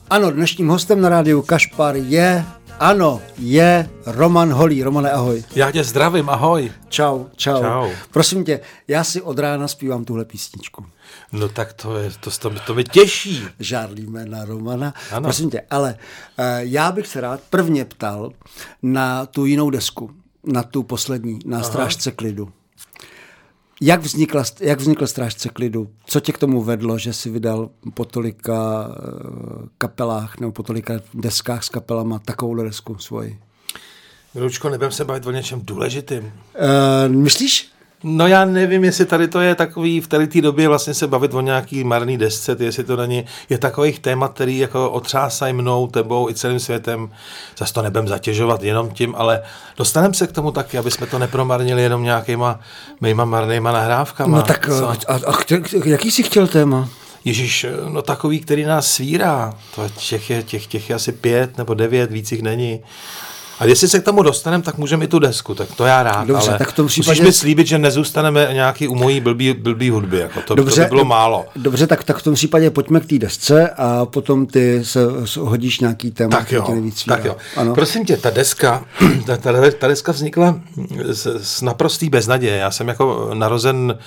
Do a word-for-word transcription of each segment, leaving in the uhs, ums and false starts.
Ano, dnešním hostem na rádiu Kašpar je, ano, je Roman Holý. Romane, ahoj. Já tě zdravím, ahoj. Čau, čau. Čau. Prosím tě, já si od rána zpívám tuhle písničku. No tak to je, to, to, to mě těší. Žárlíme na Romana. Ano. Prosím tě, ale uh, já bych se rád prvně ptal na tu jinou desku, na tu poslední, na Aha. Strážce klidu. Jak vznikla, jak vznikl Strážce klidu? Co tě k tomu vedlo, že jsi vydal po tolika uh, kapelách nebo po tolika deskách s kapelama takovou desku svoji? Milučko, nebudem se bavit o něčem důležitým. Uh, myslíš? No já nevím, jestli tady to je takový, v té době vlastně se bavit o nějaký marný desce, jestli to není, je takových témat, který jako otřásají mnou, tebou i celým světem. Zas to nebudem zatěžovat jenom tím, ale dostaneme se k tomu taky, aby jsme to nepromarnili jenom nějakýma mýma marnýma nahrávkama. No tak a, a, a jaký jsi chtěl téma? Ježíš, no takový, který nás svírá. To těch je, těch, těch je asi pět nebo devět, víc jich není. A jestli se k tomu dostaneme, tak můžeme i tu desku, tak to já rád, dobře, ale tak v tom případě... musíš mi slíbit, že nezůstaneme nějaký u mojí blbý, blbý hudby, jako to, dobře, to by bylo málo. Dobře, tak, tak v tom případě pojďme k té desce a potom ty se hodíš nějaký téma, tak jo, nejvíc tak jo. Ano. Prosím tě, ta deska, ta, ta, ta deska vznikla z, z naprostý beznaděje. Já jsem jako narozen,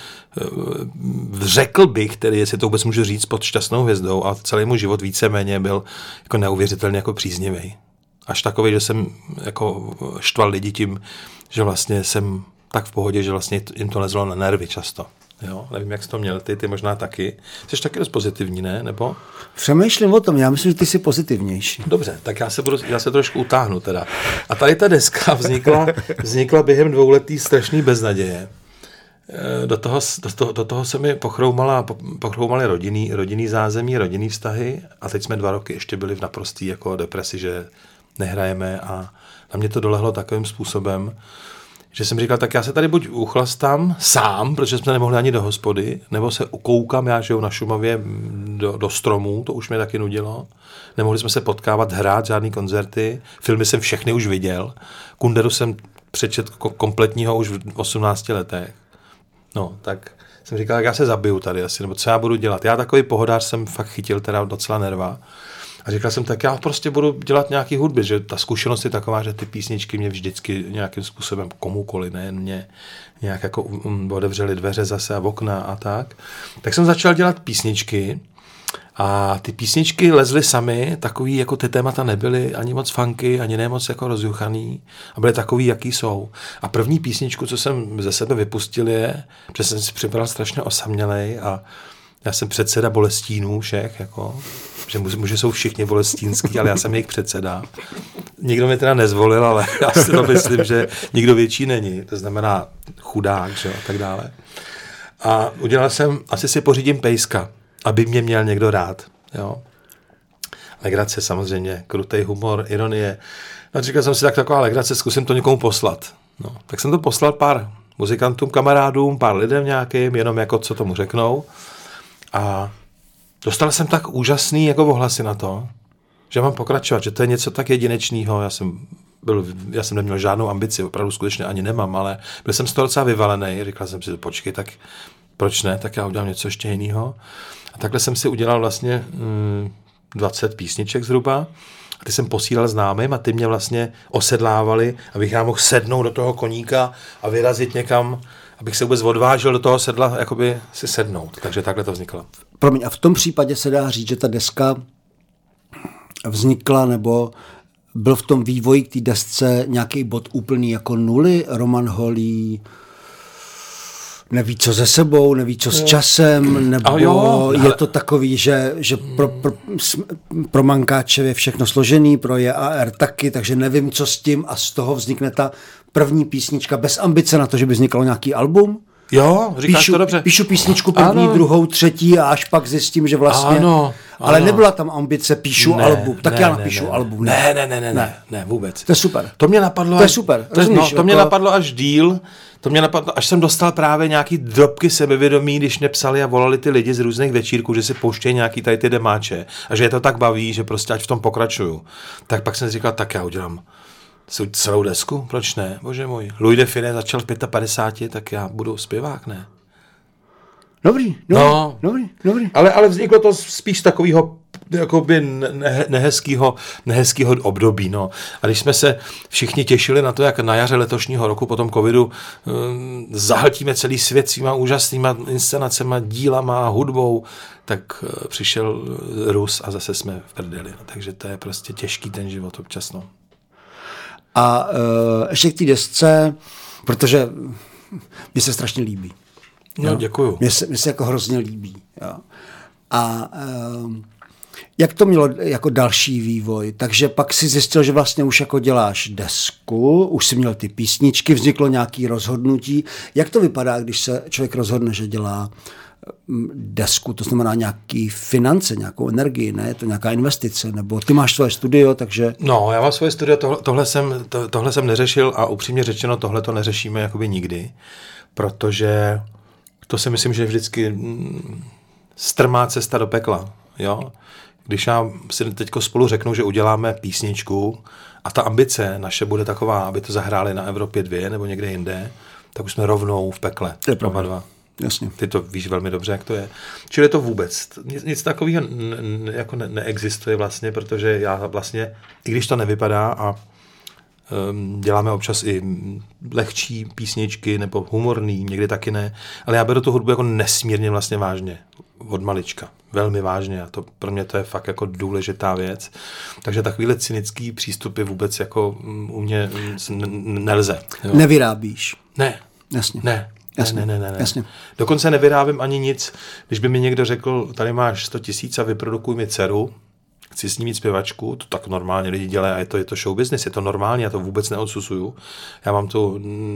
řekl bych, tedy jestli to vůbec můžu říct, pod šťastnou hvězdou a celý můj život víceméně byl jako neuvěřitelně jako příznivý. Až takový, že jsem jako štval lidi tím, že vlastně jsem tak v pohodě, že vlastně jim to lezlo na nervy často. Jo? Nevím, jak jsi to měl ty, ty možná taky. Jsi taky dost pozitivní, ne? Nebo? Přemýšlím o tom, já myslím, že ty jsi pozitivnější. Dobře, tak já se, budu, já se trošku utáhnu teda. A tady ta deska vznikla, vznikla během dvouletý strašný beznaděje. Do toho, do toho, do toho se mi pochroumala, pochroumaly rodinný, rodinný zázemí, rodinný vztahy a teď jsme dva roky ještě byli v naprostý jako depresi, že nehrajeme a na mě to dolehlo takovým způsobem, že jsem říkal, tak já se tady buď uchlastám sám, protože jsme nemohli ani do hospody, nebo se ukoukám, já žiju na Šumavě do, do stromů, to už mě taky nudilo. Nemohli jsme se potkávat, hrát, žádný koncerty, filmy jsem všechny už viděl, Kunderu jsem přečet kompletního už v osmnácti letech. No, tak jsem říkal, tak já se zabiju tady asi, nebo co já budu dělat. Já takový pohodář jsem fakt chytil teda docela nerva. A říkal jsem, tak já prostě budu dělat nějaký hudby, že ta zkušenost je taková, že ty písničky mě vždycky nějakým způsobem komukoliv, nejen mě, nějak jako otevřely dveře zase a okna a tak. Tak jsem začal dělat písničky a ty písničky lezly samy, takový jako ty témata nebyly ani moc funky, ani ne moc jako rozjuchaný a byly takový, jaký jsou. A první písničku, co jsem ze sebe vypustil je, že jsem si připadal strašně osamělej a já jsem předseda Bolestínů všech, jako, že muži jsou všichni bolestínský, ale já jsem jejich předseda. Nikdo mě teda nezvolil, ale já si to myslím, že nikdo větší není. To znamená chudák, že jo, a tak dále. A udělal jsem, asi si pořídím pejska, aby mě měl někdo rád, jo. Legrace samozřejmě, krutej humor, ironie. No říkal jsem si, tak taková legrace, zkusím to někomu poslat. No, tak jsem to poslal pár muzikantům, kamarádům, pár lidem nějakým, jenom jako co tomu řeknou. A dostal jsem tak úžasný jako ohlasy na to, že mám pokračovat, že to je něco tak jedinečného. Já jsem, byl, já jsem neměl žádnou ambici, opravdu skutečně ani nemám, ale byl jsem z toho docela vyvalený. Říkal jsem si, počkej, tak proč ne, tak já udělám něco ještě jiného. A takhle jsem si udělal vlastně mm, dvacet písniček zhruba. A ty jsem posílal známým a ty mě vlastně osedlávali, abych já mohl sednout do toho koníka a vyrazit někam, abych se vůbec odvážil do toho sedla, jakoby si sednout. Takže takhle to vzniklo. Promiň, a v tom případě se dá říct, že ta deska vznikla, nebo byl v tom vývoji k té desce nějaký bod úplný jako nuly? Roman Holý neví, co se sebou, neví, co s časem, nebo jo, je to takový, že, že pro, pro, pro Mankáčev je všechno složený, pro J A R taky, takže nevím, co s tím a z toho vznikne ta první písnička bez ambice na to, že by vzniklo nějaký album? Jo, říkáš píšu, to dobře. Píšu písničku první, ano. druhou, třetí a až pak zjistím, že vlastně... Ano, ano. Ale nebyla tam ambice, píšu ne, album, tak ne, já ne, napíšu ne, album. Ne, ne, ne, ne, ne, ne, vůbec. To je super. To mě napadlo... To je super, to, rozumíš, no, to jako... mě napadlo až díl, to mě napadlo, až jsem dostal právě nějaký drobky sebevědomí, když mě psali a volali ty lidi z různých večírků, že si pouštějí nějaký tady ty demáče a že je to tak baví, že prostě ať v tom pokračuju. Tak pak jsem si říkal, tak já udělám celou desku, proč ne, bože můj. Louis de Funès začal v padesát pět, tak já budu zpěvák, ne? Dobrý, dobrý, no, dobrý, dobrý. Ale, ale vzniklo to spíš z takového jakoby ne, nehezkýho, nehezkýho období. No. A když jsme se všichni těšili na to, jak na jaře letošního roku po tom covidu um, zahltíme celý svět svýma úžasnýma inscenacema, dílama, hudbou, tak uh, přišel Rus a zase jsme v prdeli. No. Takže to je prostě těžký ten život občas. No. A uh, ještě k té desce, protože mně se strašně líbí. No, jo? děkuju. Mně se, mně se jako hrozně líbí. Jo? A uh, jak to mělo jako další vývoj? Takže pak si zjistil, že vlastně už jako děláš desku, už si měl ty písničky, vzniklo nějaké rozhodnutí. Jak to vypadá, když se člověk rozhodne, že dělá desku, to znamená nějaký finance, nějakou energii, ne? Je to nějaká investice, nebo ty máš svoje studio, takže... No, já mám svoje studio, tohle, tohle, jsem, to, tohle jsem neřešil a upřímně řečeno, tohle to neřešíme jakoby nikdy, protože to si myslím, že je vždycky strmá cesta do pekla, jo? Když já si teďko spolu řeknu, že uděláme písničku a ta ambice naše bude taková, aby to zahráli na Evropě dvě nebo někde jinde, tak už jsme rovnou v pekle. To je oba dva. Jasně. Ty to víš velmi dobře, jak to je. Čili to vůbec. Nic, nic takového n- jako ne- neexistuje vlastně, protože já vlastně, i když to nevypadá a um, děláme občas i lehčí písničky nebo humorný, někdy taky ne, ale já beru tu hudbu jako nesmírně vlastně vážně. Od malička. Velmi vážně a to pro mě to je fakt jako důležitá věc. Takže takovýhle cynický přístupy vůbec jako u mě n- nelze. Jo. Nevyrábíš. Ne. Jasně. Ne. Jasně. Ne, ne, ne, ne. Jasně. Dokonce nevyrábím ani nic. Když by mi někdo řekl, tady máš sto tisíc a vyprodukuj mi dceru, chci s ní mít zpěvačku, to tak normálně lidi dělají a je to, je to show business, je to normální, já to vůbec neodsusuju. Já mám to,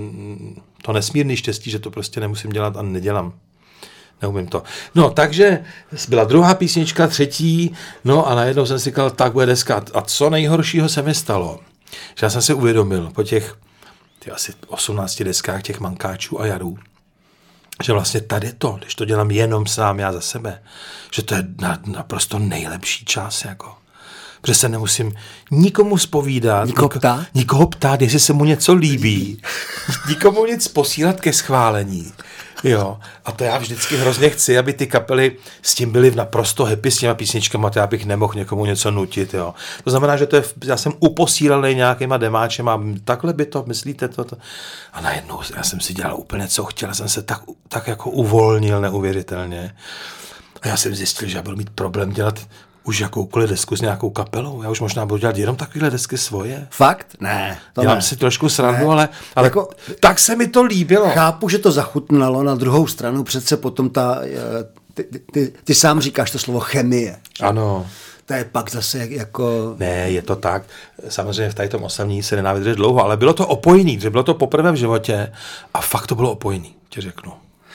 to nesmírný štěstí, že to prostě nemusím dělat a nedělám. Neumím to. No, takže byla druhá písnička, třetí, no a najednou jsem si říkal, tak bude deska. A co nejhoršího se mi stalo? Že já jsem si uvědomil po těch ty asi osmnácti deskách těch Mankáčů a Jarů, že vlastně tady to, když to dělám jenom sám já za sebe, že to je na, naprosto nejlepší čas, jako. Protože se nemusím nikomu zpovídat, nikoho ptát, nikoho ptát, jestli se mu něco líbí, nikomu nic posílat ke schválení. Jo, a to já vždycky hrozně chci, aby ty kapely s tím byly naprosto happy s těma písničkama, to já bych nemohl někomu něco nutit, jo. To znamená, že to je, já jsem uposílaný nějakýma demáčema, takhle by to, myslíte to, to? A najednou já jsem si dělal úplně, co chtěl, jsem se tak, tak jako uvolnil neuvěřitelně. A já jsem zjistil, že já budu mít problém dělat už jakoukoliv desku s nějakou kapelou. Já už možná budu dělat jenom takovýhle desky svoje. Fakt? Ne. To Dělám ne. si trošku srandu, ne. ale, ale jako, tak se mi to líbilo. Chápu, že to zachutnalo, na druhou stranu přece potom ta, ty, ty, ty, ty sám říkáš to slovo chemie. Ano. To je pak zase jako... Ne, je to tak. Samozřejmě v tady tom osamní se nedá vydržet dlouho, ale bylo to opojný, že bylo to poprvé v životě a fakt to bylo opojný, ti řeknu.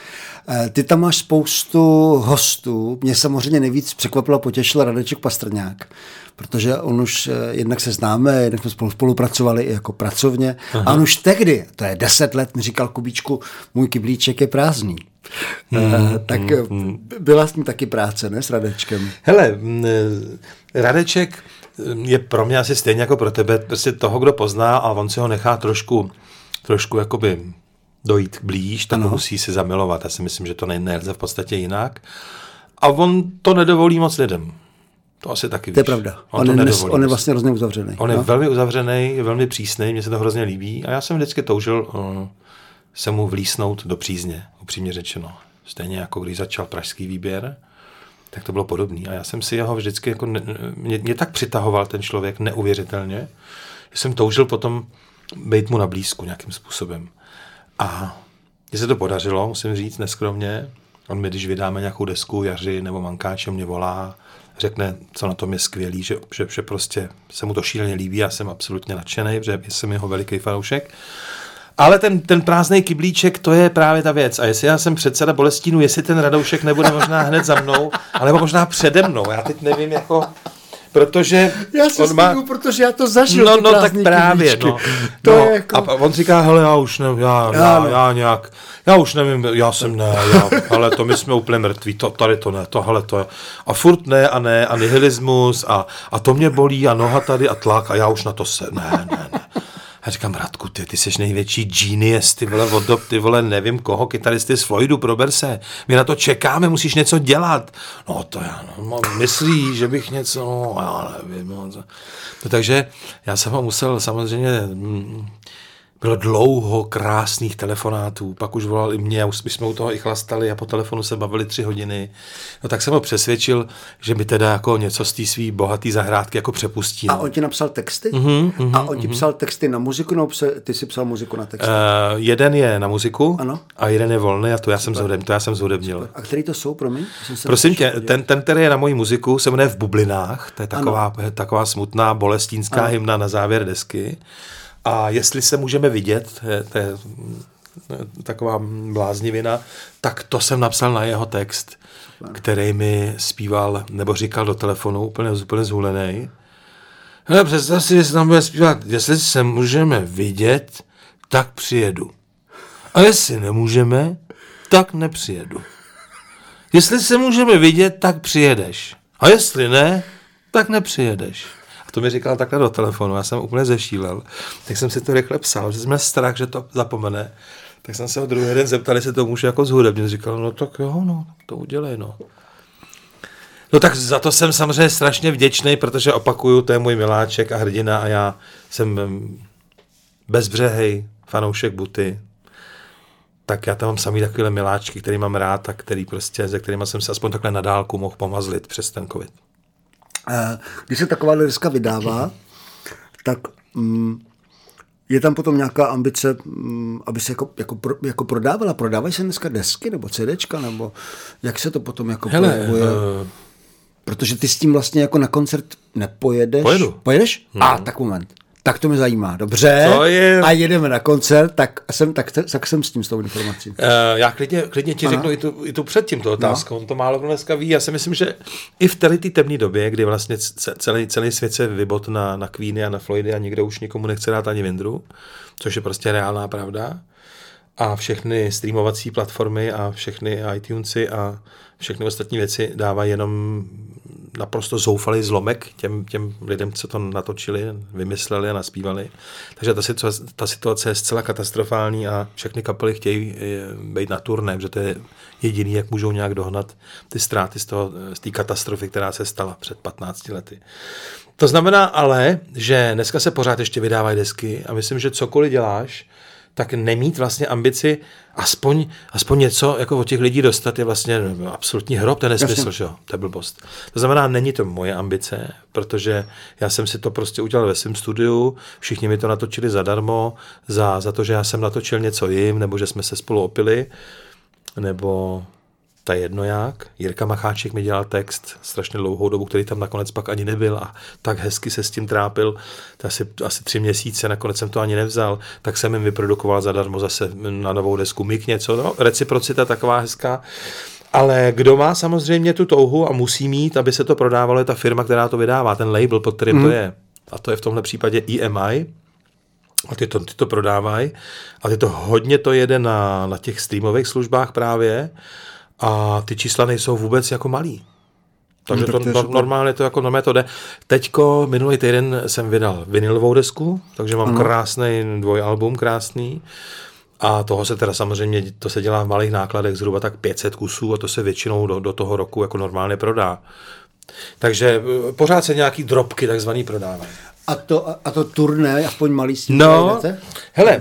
Ty tam máš spoustu hostů. Mě samozřejmě nejvíc překvapilo a potěšil Radeček Pastrňák, protože on už jednak se známe, jednak jsme spolu spolupracovali i jako pracovně. Aha. A on už tehdy, to je deset let, mi říkal, Kubíčku, můj kyblíček je prázdný. Hmm, uh, tak hmm. byla s ním taky práce, ne, s Radečkem? Hele, Radeček je pro mě asi stejně jako pro tebe, prostě toho, kdo pozná a on si ho nechá trošku, trošku jakoby dojít blíž, tak ano. Musí si zamilovat. Já si myslím, že to nelze v podstatě jinak. A on to nedovolí moc lidem. To asi taky víš. To je pravda. On, on, je, nes, on je vlastně hrozně uzavřený. On no? je velmi uzavřený, je velmi přísný, mně se to hrozně líbí a já jsem vždycky toužil uh, se mu vlísnout do přízně, upřímně řečeno. Stejně jako když začal pražský výběr, tak to bylo podobný. A já jsem si jeho vždycky, jako ne, mě, mě tak přitahoval ten člověk neuvěřitelně, že jsem toužil potom být mu na blízku nějakým způsobem. A mně se to podařilo, musím říct neskromně. On mi, když vydáme nějakou desku, Jaři nebo Mankáče, mě volá, řekne, co na tom je skvělý, že, že, že prostě se mu to šíleně líbí, já jsem absolutně nadšený, že jsem jeho veliký fanoušek. Ale ten, ten prázdnej kyblíček, to je právě ta věc. A jestli já jsem předseda Bolestínu, jestli ten Radoušek nebude možná hned za mnou, alebo možná přede mnou, já teď nevím, jako... Protože já se on má... protože já to zažil. No, no tak právě, no. To no, je jako... A on říká, hele, já už nevím, já, já, já, já nějak, já už nevím, já jsem ne, já, ale to my jsme úplně mrtví, to, tady to ne, to, hele, to je. A furt ne a ne, a nihilismus, a, a to mě bolí, a noha tady, a tlak, a já už na to se, ne, ne, ne. A říkám, Radku, ty, ty jsi největší genius, ty vole, od dob, ty vole, nevím koho, kytaristy z Floydu, prober se. My na to čekáme, musíš něco dělat. No to já, no, myslí, že bych něco, no, já nevím. No, no, takže já jsem ho musel samozřejmě... Mm, bylo dlouho krásných telefonátů, pak už volal i mě, a už jsme u toho i chlastali a po telefonu se bavili tři hodiny. No tak jsem ho přesvědčil, že mi teda jako něco z té svý bohatý zahrádky jako přepustí. A on ti napsal texty? Mm-hmm, mm-hmm, a on ti psal texty na muziku, nebo ty si psal muziku na texty? Uh, jeden je na muziku, ano. A jeden je volný a to já jsem zhudebnil. To já jsem zhudebnil. A který to jsou, promiň? Prosím tě, ten, ten, který je na mojí muziku, se jmenuje V bublinách, to je taková, taková smutná bolestínská ano. hymna na závěr desky. A jestli se můžeme vidět, to je taková bláznivina, tak to jsem napsal na jeho text, který mi zpíval, nebo říkal do telefonu, úplně, úplně zhulenej. Hele, představ si, jestli tam bude zpívat, jestli se můžeme vidět, tak přijedu. A jestli nemůžeme, tak nepřijedu. Jestli se můžeme vidět, tak přijedeš. A jestli ne, tak nepřijedeš. To mi říkal takhle do telefonu, já jsem úplně zešílel. Tak jsem si to rychle psal, že jsem měl strach, že to zapomene. Tak jsem se ho druhý den zeptal, jestli to může jako zhudebnit. Říkal, no tak jo, no, to udělej, no. No tak za to jsem samozřejmě strašně vděčný, protože opakuju, to je můj miláček a hrdina a já jsem bezbřehej fanoušek Buty. Tak já tam mám samý takovýhle miláčky, který mám rád a který prostě, se kterýma jsem se aspoň takhle na dálku mohl pomazlit přes ten covid. Když se taková deska vydává, tak mm, je tam potom nějaká ambice, mm, aby se jako, jako, pro, jako prodávala. Prodávají se dneska desky nebo CDčka, nebo jak se to potom jako projevuje? Uh... Protože ty s tím vlastně jako na koncert nepojedeš. Pojedu. Pojedeš? Hmm. A tak moment. Tak to mě zajímá. Dobře. Je... A jedeme na koncert, tak jsem, tak, tak jsem s tím s tou informací. Uh, já klidně, klidně ti ano. řeknu i tu, i tu před tímto otázkou. No. On to málo kdo dneska ví. Já si myslím, že i v té temné době, kdy vlastně celý, celý svět se vybot na, na Queeny a na Floydy a nikdo už nikomu nechce dát ani Vindru, což je prostě reálná pravda. A všechny streamovací platformy a všechny iTunesy a všechny ostatní věci dávají jenom naprosto zoufalý zlomek těm, těm lidem, co to natočili, vymysleli a naspívali. Takže ta situace, ta situace je zcela katastrofální a všechny kapely chtějí být na turné, protože to je jediný, jak můžou nějak dohnat ty ztráty z toho, z té katastrofy, která se stala před patnácti lety. To znamená ale, že dneska se pořád ještě vydávají desky a myslím, že cokoliv děláš, tak nemít vlastně ambici aspoň, aspoň něco jako od těch lidí dostat je vlastně absolutní hrob, to je nesmysl, že jo, to je blbost. To znamená, není to moje ambice, protože já jsem si to prostě udělal ve svém studiu, všichni mi to natočili zadarmo, za, za to, že já jsem natočil něco jim, nebo že jsme se spolu opili, nebo ta jedno jak. Jirka Macháček mi dělal text strašně dlouhou dobu, který tam nakonec pak ani nebyl a tak hezky se s tím trápil. To asi, asi tři měsíce, nakonec jsem to ani nevzal, tak jsem jim vyprodukoval zadarmo zase na novou desku Mik něco. No, reciprocita taková hezká. Ale kdo má samozřejmě tu touhu a musí mít, aby se to prodávalo, je ta firma, která to vydává, ten label, pod kterým mm. to je. A to je v tomhle případě E M I. A ty to, ty to prodávají. A ty to hodně to jede na, na těch streamových službách právě. A ty čísla nejsou vůbec jako malý. Takže no, to, to normálně to jako normálně to jde. Teďko minulý týden jsem vydal vinylovou desku, takže mám ano. krásný dvojalbum, krásný. A toho se teda samozřejmě, to se dělá v malých nákladech, zhruba tak pět set kusů a to se většinou do, do toho roku jako normálně prodá. Takže pořád se nějaký drobky takzvaný prodávají. A to, a to turné, aspoň malý s tím no, jdete? Hele,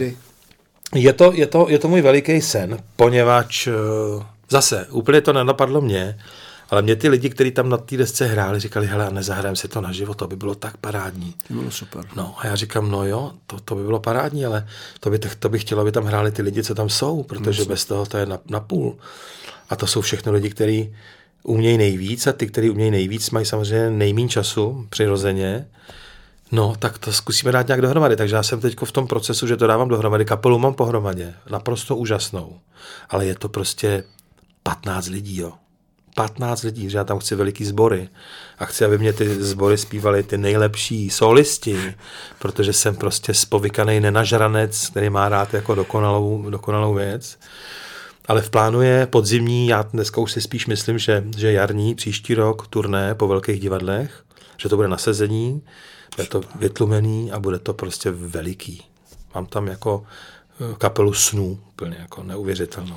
je to, je, to, je to můj veliký sen, poněvadž zase, úplně to nenapadlo mě, ale mě ty lidi, kteří tam na té desce hráli, říkali, hele, a nezahrajeme si to naživo, to by bylo tak parádní. To bylo super. No a já říkám, no jo, to, to by bylo parádní, ale to by, to by chtělo, aby tam hráli ty lidi, co tam jsou, protože no, bez toho to je na, na půl. A to jsou všechno lidi, kteří umějí nejvíc a ty, kteří umějí nejvíc, mají samozřejmě nejméně času, přirozeně. No, tak to zkusíme dát nějak dohromady. Takže já jsem teď v tom procesu, že to dávám dohromady. Kapelu mám pohromadě, naprosto úžasnou. Ale je to prostě patnáct lidí, jo. patnáct lidí, že já tam chci veliký sbory a chci, aby mě ty sbory zpívali ty nejlepší solisti, protože jsem prostě spovykanej nenažranec, který má rád jako dokonalou, dokonalou věc. Ale v plánu je podzimní, já dneska už si spíš myslím, že, že jarní, příští rok turné po velkých divadlech, že to bude nasazení, bude to vytlumený a bude to prostě veliký. Mám tam jako kapelu snů, úplně jako neuvěřitelnou.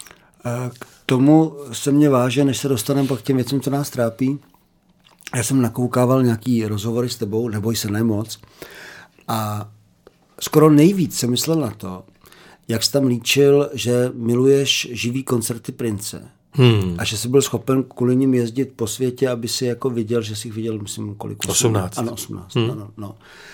A k tomu se mě váže, než se dostaneme pak k těm věcem, co nás trápí. Já jsem nakoukával nějaký rozhovory s tebou, neboj se, nemoc. A skoro nejvíc jsem myslel na to, jak jsi tam líčil, že miluješ živý koncerty Prince. Hmm. A že jsi byl schopen kvůli nim jezdit po světě, aby si jako viděl, že jsi jich viděl, myslím, kolik? osmnáct. Ano, osmnáct. Hmm. Ano, no.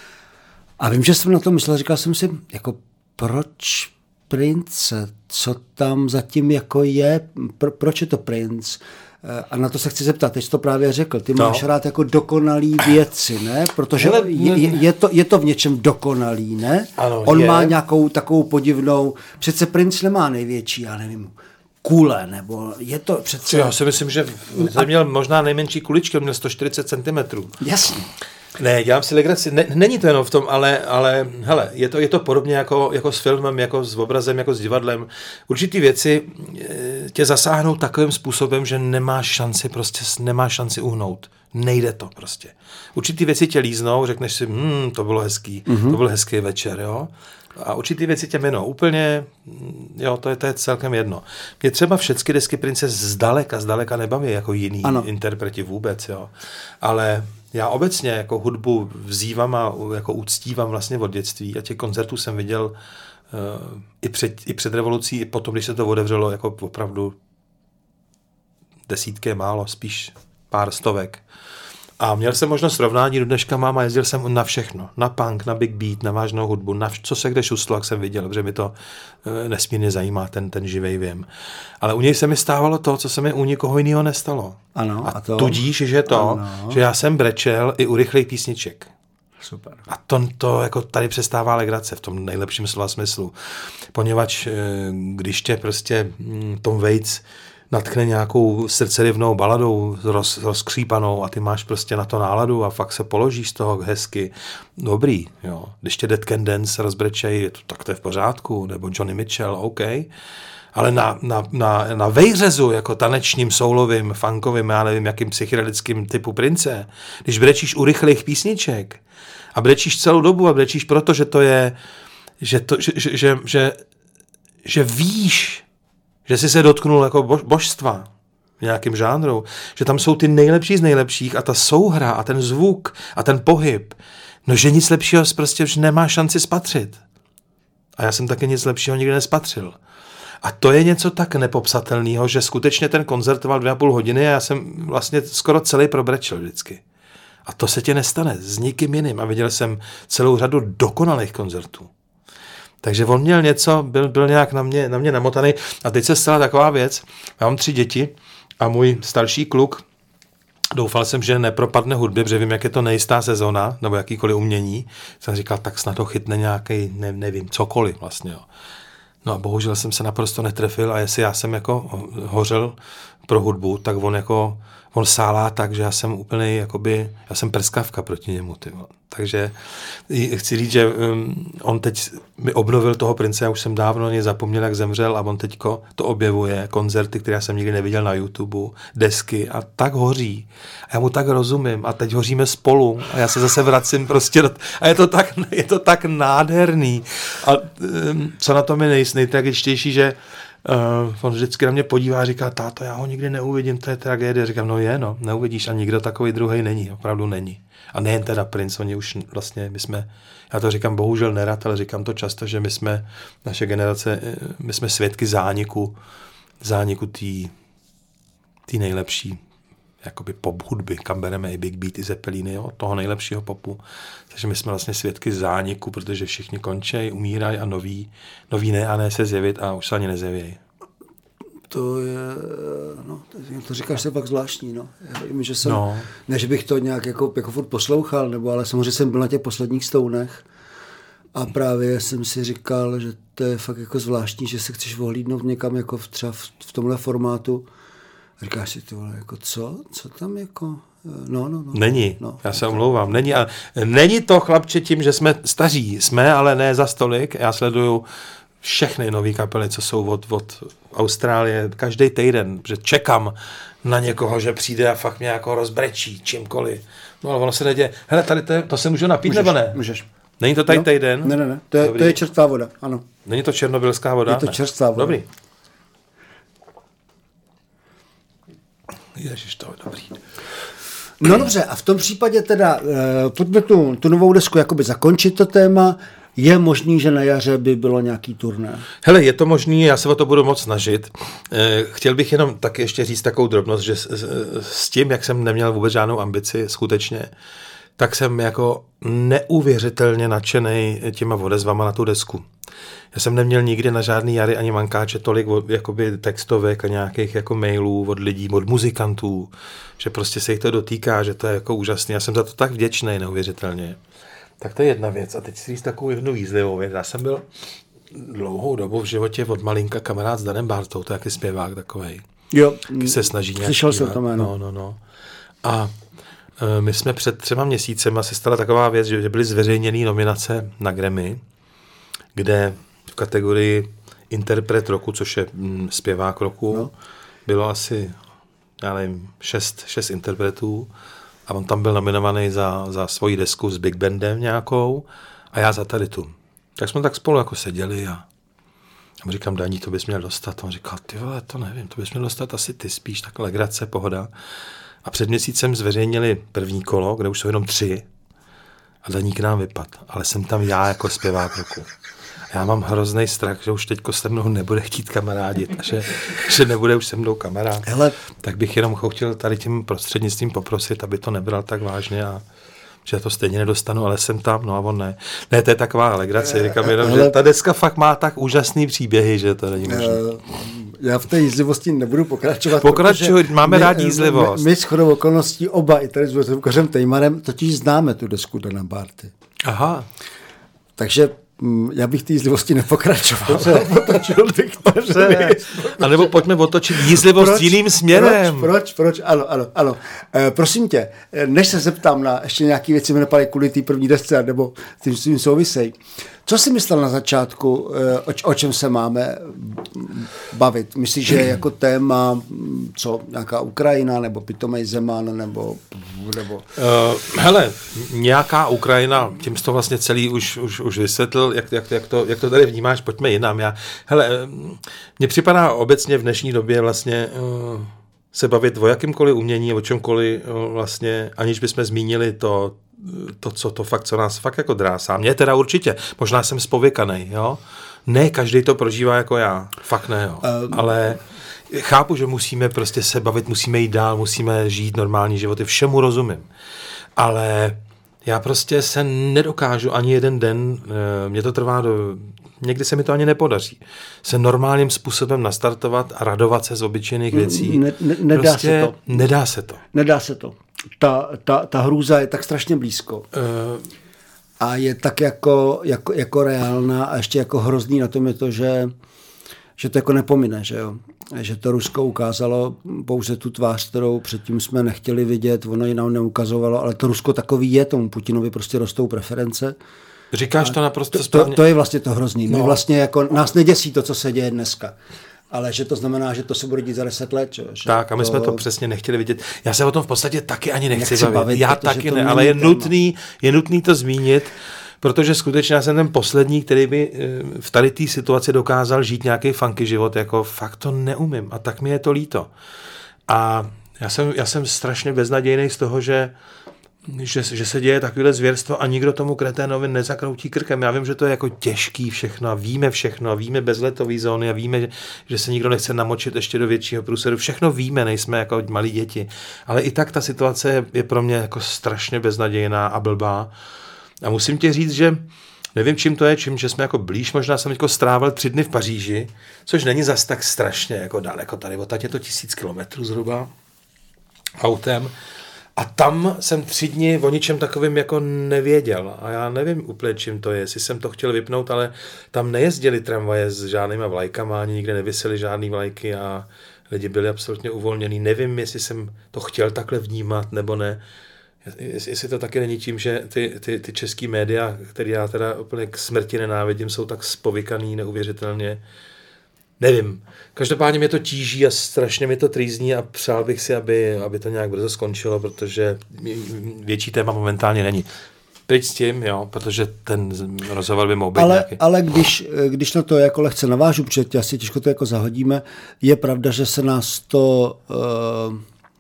A vím, že jsem na to myslel, říkal jsem si, jako proč Prince? Co tam zatím jako je? Pro, proč je to Prince? A na to se chci zeptat, teď jsi to právě řekl, ty no. máš rád jako dokonalý věci, ne? Protože Hele, je, je, je, to, je to v něčem dokonalý, ne? Ano, On je. má nějakou takovou podivnou, přece Prince nemá největší, já nevím, kule, nebo je to přece... Já si myslím, že jsem měl možná nejmenší kuličky, on měl sto čtyřicet centimetrů. Jasně. Ne, dělám si legraci, ne, není to jenom v tom, ale, ale hele, je to, je to podobně jako, jako s filmem, jako s obrazem, jako s divadlem. Určitý věci tě zasáhnou takovým způsobem, že nemáš šanci, prostě nemáš šanci uhnout. Nejde to prostě. Určitý věci tě líznou, řekneš si, hm, to bylo hezký, mm-hmm. to byl hezký večer, jo. A určitý věci tě minou. Úplně, jo, to je, to je celkem jedno. Mě třeba všechny desky Prince zdaleka, zdaleka nebaví jako jiný ano. interpreti vůbec, jo. Ale já obecně jako hudbu vzývám a jako uctívám vlastně od dětství a těch koncertů jsem viděl uh, i, před, i před revolucí, i potom, když se to otevřelo, jako opravdu desítky je málo, spíš pár stovek. A měl jsem možnost srovnání, do dneška mám a jezdil jsem na všechno. Na punk, na big beat, na vážnou hudbu, na co se kde šustlo, jak jsem viděl, protože mi to uh, nesmírně zajímá, ten, ten živej věm. Ale u něj se mi stávalo to, co se mi u nikoho jiného nestalo. Ano, a, a to? tudíž, že to, ano. že já jsem brečel i u rychlejch písniček. Super. A to, to jako tady přestává legrace v tom nejlepším slova smyslu. Poněvadž když tě prostě Tom Waits natkne nějakou srdcerivnou baladou roz, rozkřípanou a ty máš prostě na to náladu a fakt se položíš z toho hezky. Dobrý, jo. Když tě Dead Can Dance rozbrečejí, tak to je v pořádku, nebo Johnny Mitchell, OK. Ale na, na, na, na vejřezu, jako tanečním, soulovým, funkovým, já nevím, jakým psychedelickým typu Prince, když brečíš u rychlých písniček a brečíš celou dobu a brečíš proto, že to je, že, to, že, že, že, že, že víš, že jsi se dotknul jako bož, božstva v nějakém žánru, že tam jsou ty nejlepší z nejlepších a ta souhra a ten zvuk a ten pohyb, no že nic lepšího prostě už nemá šanci spatřit. A já jsem taky nic lepšího nikdy nespatřil. A to je něco tak nepopsatelného, že skutečně ten koncert trval dvě a půl hodiny a já jsem vlastně skoro celý probrečel vždycky. A to se ti nestane s nikým jiným. A viděl jsem celou řadu dokonalých koncertů. Takže on měl něco, byl, byl nějak na mě, na mě namotaný. A teď se stala taková věc. Já mám tři děti a můj starší kluk, doufal jsem, že nepropadne hudbě, protože vím, jak je to nejistá sezóna, nebo jakýkoliv umění. Jsem říkal, tak snad to chytne nějaký, ne, nevím, cokoliv vlastně, jo. No a bohužel jsem se naprosto netrefil a jestli já jsem jako hořel pro hudbu, tak on jako, on sálá tak, že já jsem úplně jakoby, já jsem prskavka proti němu, ty. Takže chci říct, že um, on teď mi obnovil toho Prince, já už jsem dávno něj zapomněl, jak zemřel a on teďko to objevuje, koncerty, které já jsem nikdy neviděl na YouTube, desky a tak hoří. A já mu tak rozumím a teď hoříme spolu a já se zase vracím prostě do, a je to tak, je to tak nádherný. A um, co na tom je nej, nejtragičtější, že Uh, on vždycky na mě podívá a říká, táto, já ho nikdy neuvidím, to je tragédie. Říkám, no je, no, neuvidíš a nikdo takový druhý není, opravdu není. A nejen teda Prince, oni už vlastně, my jsme, já to říkám bohužel nerad, ale říkám to často, že my jsme, naše generace, my jsme svědky zániku, zániku té nejlepší jakoby pop hudby, kam bereme i Big Beat, i Zeppeliny, jo, toho nejlepšího popu. Takže my jsme vlastně svědky zániku, protože všichni končí, umírají a noví, noví ne a ne se zjevit a už se ani nezjevějí. To je, no, to říkáš se pak zvláštní, no. Já vím, že jsem, no. ne, že bych to nějak jako, jako furt poslouchal, nebo ale samozřejmě jsem byl na těch posledních stounech a právě jsem si říkal, že to je fakt jako zvláštní, že se chceš ohlídnout někam jako v, třeba v, v tomhle formátu. Říkáš si, ty vole, jako co? Co tam jako? No, no, no. Není, no, já se omlouvám. Není, a není to, chlapče, tím, že jsme staří. Jsme, ale ne za stolik. Já sleduju všechny nové kapely, co jsou od, od Austrálie, každý týden, že čekám na někoho, že přijde a fakt mě jako rozbrečí čímkoliv. No ale ono se neděje. Hele, tady to, je, to se můžu napít, můžeš, nebo ne? Můžeš. Není to tady no? týden? Ne, ne, ne, to je, to je čerstvá voda, ano. Není to černobylská voda? Je to čerstvá voda. Dobrý. Ježiš, to je dobrý. No dobře, a v tom případě teda, uh, pojďme tu, tu novou desku jakoby zakončit to téma. Je možný, že na jaře by bylo nějaký turné? Hele, je to možný, já se o to budu moc snažit. Chtěl bych jenom tak ještě říct takovou drobnost, že s tím, jak jsem neměl vůbec žádnou ambici skutečně, tak jsem jako neuvěřitelně nadšenej těma odezvama na tu desku. Já jsem neměl nikdy na žádný jary ani mankáče tolik jakoby textovek a nějakých jako mailů od lidí, od muzikantů, že prostě se jich to dotýká, že to je jako úžasný. Já jsem za to tak vděčný, neuvěřitelně. Tak to je jedna věc. A teď si říct takovou jednu výzlivou věc. Já jsem byl dlouhou dobu v životě od malinka kamarád s Danem Bartou, to je jaký zpěvák takovej. Jo, se snaží nějak. Slyšel jsem to jméno. No, no, no. A e, my jsme před třema měsícema se stala taková věc, že byly zveřejněné nominace na Grammy, kde v kategorii interpret roku, což je mm, zpěvák roku, no. bylo asi, já nevím, šest, šest interpretů. A on tam byl nominovaný za, za svoji desku s Big Bandem nějakou a já za tady tu. Tak jsme tak spolu jako seděli a já mu říkám, Daní, to bys měl dostat. A on říkal, ty vole, to nevím, to bys měl dostat asi ty spíš, tak legrace, pohoda. A před měsícem zveřejnili první kolo, kde už jsou jenom tři a Daní k nám vypad. Ale jsem tam já jako zpěvák roku. Já mám hrozný strach, že už teďko se mnou nebude chtít kamarádit a že, že nebude už se mnou kamarád. Hele. Tak bych jenom chtěl tady tím prostřednictvím poprosit, aby to nebral tak vážně a že to stejně nedostanu, ale jsem tam, no a on ne. Ne, to je taková legrace, říkám jenom, hele. Že ta deska fakt má tak úžasný příběhy, že to není možné. Já v té jízlivosti nebudu pokračovat. Pokračuj, máme my, rádi jízlivost. My, my shodou okolností oba, i tady s Vojtkem Tejmarem, totiž známe tu desku Dana Barty. Aha. Takže já bych té jízlivosti nepokračoval. Otočil bych to. A nebo pojďme otočit jízlivost proč, jiným směrem. Proč, proč, proč? Ano, ano, ano. E, prosím tě, než se zeptám na ještě nějaké věci, mi napadají kvůli té první desce, nebo tím s tím souvisej. Co jsi myslel na začátku, o, o čem se máme bavit? Myslíš, že jako téma, co, nějaká Ukrajina, nebo pitomej Zeman, nebo... nebo... Uh, hele, nějaká Ukrajina, tím jsi to vlastně celý už, už, už vysvětlil, jak, jak, jak, to, jak to tady vnímáš, pojďme jinam. Já, hele, mně připadá obecně v dnešní době vlastně uh, se bavit o jakýmkoliv umění, o čemkoliv uh, vlastně, aniž bychom zmínili to, to, co to fakt, co nás fakt jako drásá. Mně teda určitě, možná jsem zpověkanej, jo. Ne, každý to prožívá jako já, fakt ne, jo. Um, ale chápu, že musíme prostě se bavit, musíme jít dál, musíme žít normální životy, všemu rozumím. Ale já prostě se nedokážu ani jeden den, mě to trvá do, někdy se mi to ani nepodaří, se normálním způsobem nastartovat a radovat se z obyčejných věcí. Ne, ne, nedá prostě se to. Nedá se to. Nedá se to. Ta, ta, ta hrůza je tak strašně blízko. Uh, a je tak jako, jako, jako reálná a ještě jako hrozný na tom je to, že, že to jako nepomine, že jo. Že to Rusko ukázalo pouze tu tvář, kterou předtím jsme nechtěli vidět, ono ji nám neukazovalo, ale to Rusko takový je, tomu Putinovi prostě rostou preference. Říkáš to naprosto to, správně. To, to je vlastně to hrozný. My no. vlastně jako, nás neděsí to, co se děje dneska. Ale že to znamená, že to se bude dít za deset let. Že? Tak a my to... jsme to přesně nechtěli vidět. Já se o tom v podstatě taky ani nechci, nechci bavit. bavit. Já taky ne, ale je nutný, je nutný to zmínit, protože skutečně já jsem ten poslední, který by v tady té situaci dokázal žít nějaký funky život, jako fakt to neumím a tak mi je to líto. A já jsem, já jsem strašně beznadějný z toho, že Že, že se děje takovéhle zvěrstvo a nikdo tomu kreténovi nezakroutí krkem. Já vím, že to je jako těžký všechno a víme všechno a víme bezletové zóny a víme, že se nikdo nechce namočit ještě do většího průseru. Všechno víme, nejsme jako malí děti. Ale i tak ta situace je, je pro mě jako strašně beznadějná a blbá. A musím ti říct, že nevím, čím to je, čím, že jsme jako blíž. Možná jsem jako strávil tři dny v Paříži, což není zas tak strašně jako daleko tady. Odtud je to tisíc kilometrů zhruba autem. A tam jsem tři dny o ničem takovým jako nevěděl. A já nevím úplně, čím to je. Jestli jsem to chtěl vypnout, ale tam nejezdili tramvaje s žádnýma vlajkama, ani nikde nevisely žádný vlajky a lidi byli absolutně uvolnění. Nevím, jestli jsem to chtěl takhle vnímat, nebo ne. Jestli to taky není tím, že ty, ty, ty český média, které já teda úplně k smrti nenávidím, jsou tak spovykaný neuvěřitelně. Nevím. Každopádně mě to tíží a strašně mi to trýzní a přál bych si, aby, aby to nějak brzo skončilo, protože větší téma momentálně není. pryč s tím, jo, protože ten rozhovor by mohl být ale, nějaký. Ale když, když na to jako lehce navážu, protože asi těžko to jako zahodíme, je pravda, že se nás to uh,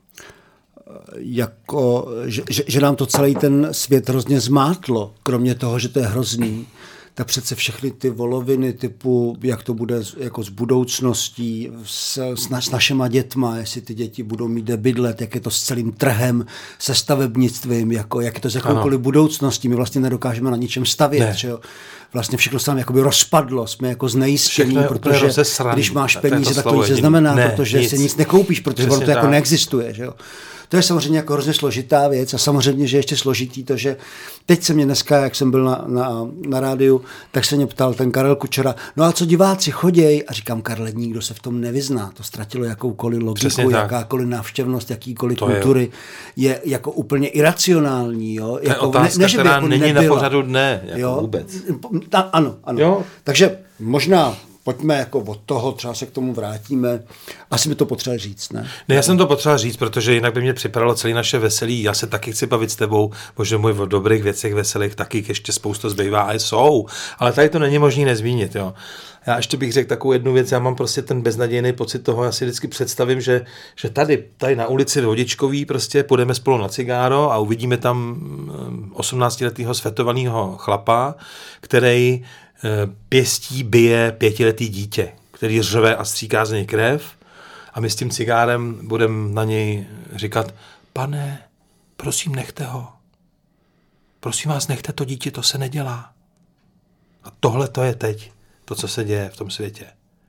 jako, že, že, že nám to celý ten svět hrozně zmátlo, kromě toho, že to je hrozný, tak přece všechny ty voloviny typu, jak to bude jako s budoucností, s, s, na, s našima dětma, jestli ty děti budou mít kde bydlet, jak je to s celým trhem, se stavebnictvím, jako, jak je to s jakoukoliv budoucností. My vlastně nedokážeme na ničem stavět. Ne. Že jo? Vlastně všechno se nám jakoby rozpadlo, jsme jako znejistění, protože když máš peníze, tak to nic neznamená, ne, protože nic. se nic nekoupíš, protože ono to jako neexistuje. Že jo? To je samozřejmě jako hrozně složitá věc a samozřejmě, že ještě složitý to, že teď se mě dneska, jak jsem byl na, na, na rádiu, tak se mě ptal ten Karel Kučera, no a co diváci choděj? A říkám, Karle, nikdo se v tom nevyzná. To ztratilo jakoukoliv logiku, jakákoliv návštěvnost, jakýkoliv to kultury je. je jako úplně iracionální. Jo? To je jako, otázka, ne, než která jako není nebyla. Na pořadu dne, jako jo? Vůbec. A, ano, ano. Jo? Takže možná pojďme jako od toho, třeba se k tomu vrátíme. Asi by to potřeba říct, ne? Ne, já jsem to potřeba říct, protože jinak by mě připadalo celé naše veselí. Já se taky chci bavit s tebou, možná můj o dobrých věcech veselých taky ještě spoustu zbývá a jsou. Ale tady to není možný nezmínit, jo. Já ještě bych řekl takovou jednu věc, já mám prostě ten beznadějný pocit toho, já si vždycky představím, že, že tady, tady na ulici Vodičkový prostě půjdeme spolu na cigáro a uvidíme tam osmnáctiletého svetovaného chlapa, který pěstí bije pětiletý dítě, který řve a stříká z něj krev a my s tím cigárem budeme na něj říkat, pane, prosím, nechte ho. Prosím vás, nechte to dítě, to se nedělá. A tohle to je teď, to, co se děje v tom světě.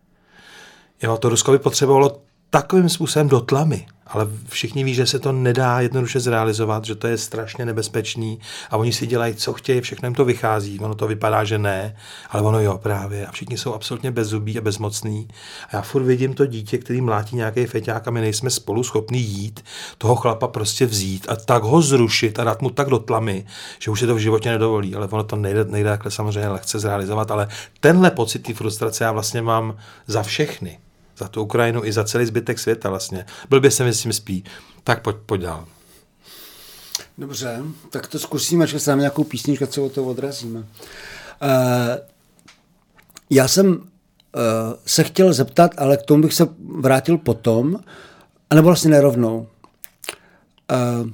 Jo, to Rusko by potřebovalo takovým způsobem do tlamy, ale všichni ví, že se to nedá jednoduše zrealizovat, že to je strašně nebezpečný a oni si dělají, co chtějí, všechno jim to vychází, ono to vypadá, že ne, ale ono jo právě a všichni jsou absolutně bezzubí a bezmocní a já furt vidím to dítě, který mlátí nějaký feťák a my nejsme spolu schopní jít, toho chlapa prostě vzít a tak ho zrušit a dát mu tak do tlamy, že už se to v životě nedovolí, ale ono to nejde, nejde takhle samozřejmě lehce zrealizovat, ale tenhle pocit, ty frustrace já vlastně mám za všechny. Za tu Ukrajinu i za celý zbytek světa vlastně. Blbě se mi s tím spí. Tak pojď, pojď dál. Dobře, tak to zkusíme, že se nám nějakou písničku, co od toho odrazíme. Uh, já jsem uh, se chtěl zeptat, ale k tomu bych se vrátil potom, anebo vlastně nerovnou. Uh,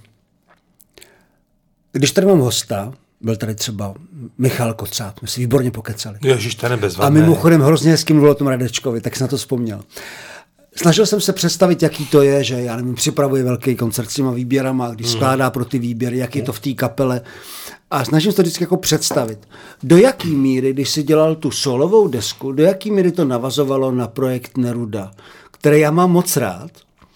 když tady mám hosta, byl tady třeba Michal Kocáb, my si výborně pokecali. Ježiš, ten je bezvadný. A mimochodem hrozně hezky mluvil o tom Radečkovi, tak jsem na to vzpomněl. Snažil jsem se představit, jaký to je, že já nevím, připravuje velký koncert s těma výběrama, když hmm. skládá pro ty výběry, jak je to v té kapele. A snažím se to vždycky jako představit. Do jaký míry, když si dělal tu solovou desku, do jaký míry to navazovalo na projekt Neruda, který já mám moc rád.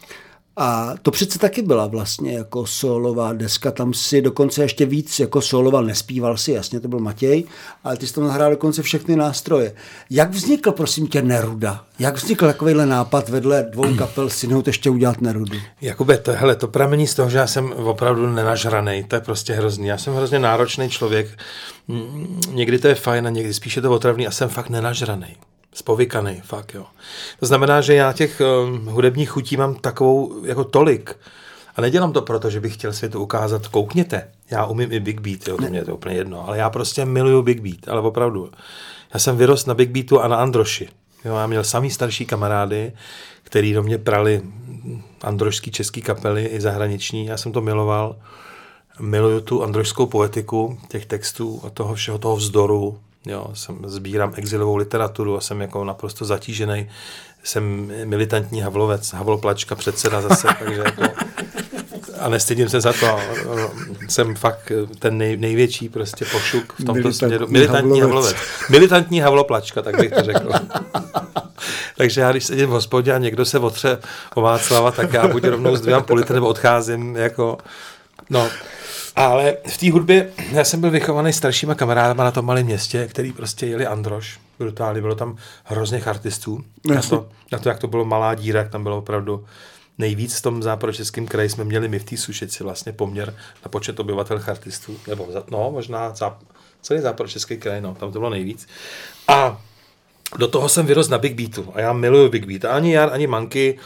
A to přece taky byla vlastně jako solová deska, tam si dokonce ještě víc jako soloval, nespíval si, jasně, to byl Matěj, ale ty jsi tam nahrál dokonce všechny nástroje. Jak vznikl, prosím tě, Neruda? Jak vznikl takovýhle nápad vedle dvou kapel synout ještě udělat Nerudu? Jakube, to, hele, to pramení z toho, že já jsem opravdu nenažranej, to je prostě hrozný. Já jsem hrozně náročný člověk, někdy to je fajn a někdy spíš je to otravný a jsem fakt nenažranej. Spovykanej, fakt, jo. To znamená, že já těch uh, hudebních chutí mám takovou jako tolik. A nedělám to proto, že bych chtěl světu ukázat, koukněte, já umím i Big Beat, jo, to mě je to úplně jedno, ale já prostě miluju Big Beat, ale opravdu. Já jsem vyrost na Big Beatu a na Androši. Jo, já měl samý starší kamarády, který do mě prali androšský český kapely i zahraniční, já jsem to miloval. Miluju tu androšskou poetiku, těch textů a toho všeho, toho vzdoru. Jo, jsem sbírám exilovou literaturu a jsem jako naprosto zatížený. Jsem militantní havlovec, havloplačka, předseda zase, takže jako a nestydím se za to. Jsem fakt ten nej, největší prostě pošuk v tomto militantní směru. Militantní havlovec. havlovec. Militantní havloplačka, tak bych to řekl. Takže já, když sedím v hospodě a někdo se otře o Václava, tak já buď rovnou zdvívám po litr, nebo odcházím jako, no. Ale v té hudbě, já jsem byl vychovaný staršíma kamarádama na tom malém městě, který prostě jeli Androš, brutálně, bylo tam hrozných artistů. Na to, na to, jak to bylo malá díra, jak tam bylo opravdu nejvíc v tom západočeském kraji jsme měli my v té Sušici vlastně poměr na počet obyvatel artistů, nebo no, možná záp, celý západočeský kraj, no, tam to bylo nejvíc. A do toho jsem vyrost na Big Beatu a já miluju Big Beat. A ani já, ani Manky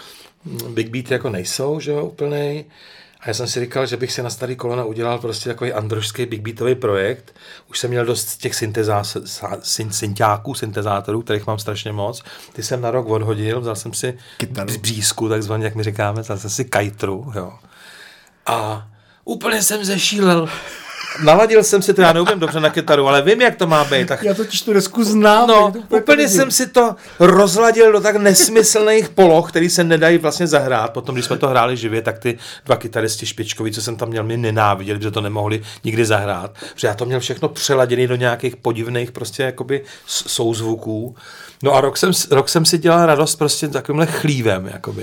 big beat jako nejsou, že jo, úplnej. A já jsem si říkal, že bych si na starý kolena udělal prostě takový androžský big beatový projekt. Už jsem měl dost těch synťáků, syntezátorů, kterých mám strašně moc. Ty jsem na rok odhodil, vzal jsem si z břízku, takzvaně, jak my říkáme, vzal jsem si kajtru, jo. A úplně jsem zešílel. Naladil jsem si to, já neumím dobře na kytaru, ale vím, jak to má být. Tak... Já totiž tu desku znám. No, úplně jsem si to rozladil do tak nesmyslných poloh, který se nedají vlastně zahrát. Potom, když jsme to hráli živě, tak ty dva kytaristi špičkoví, co jsem tam měl, mě nenáviděli, protože to nemohli nikdy zahrát. Protože já to měl všechno přeladěné do nějakých podivných prostě jakoby souzvuků. No a rok jsem, rok jsem si dělal radost prostě takovýmhle chlívem, jakoby.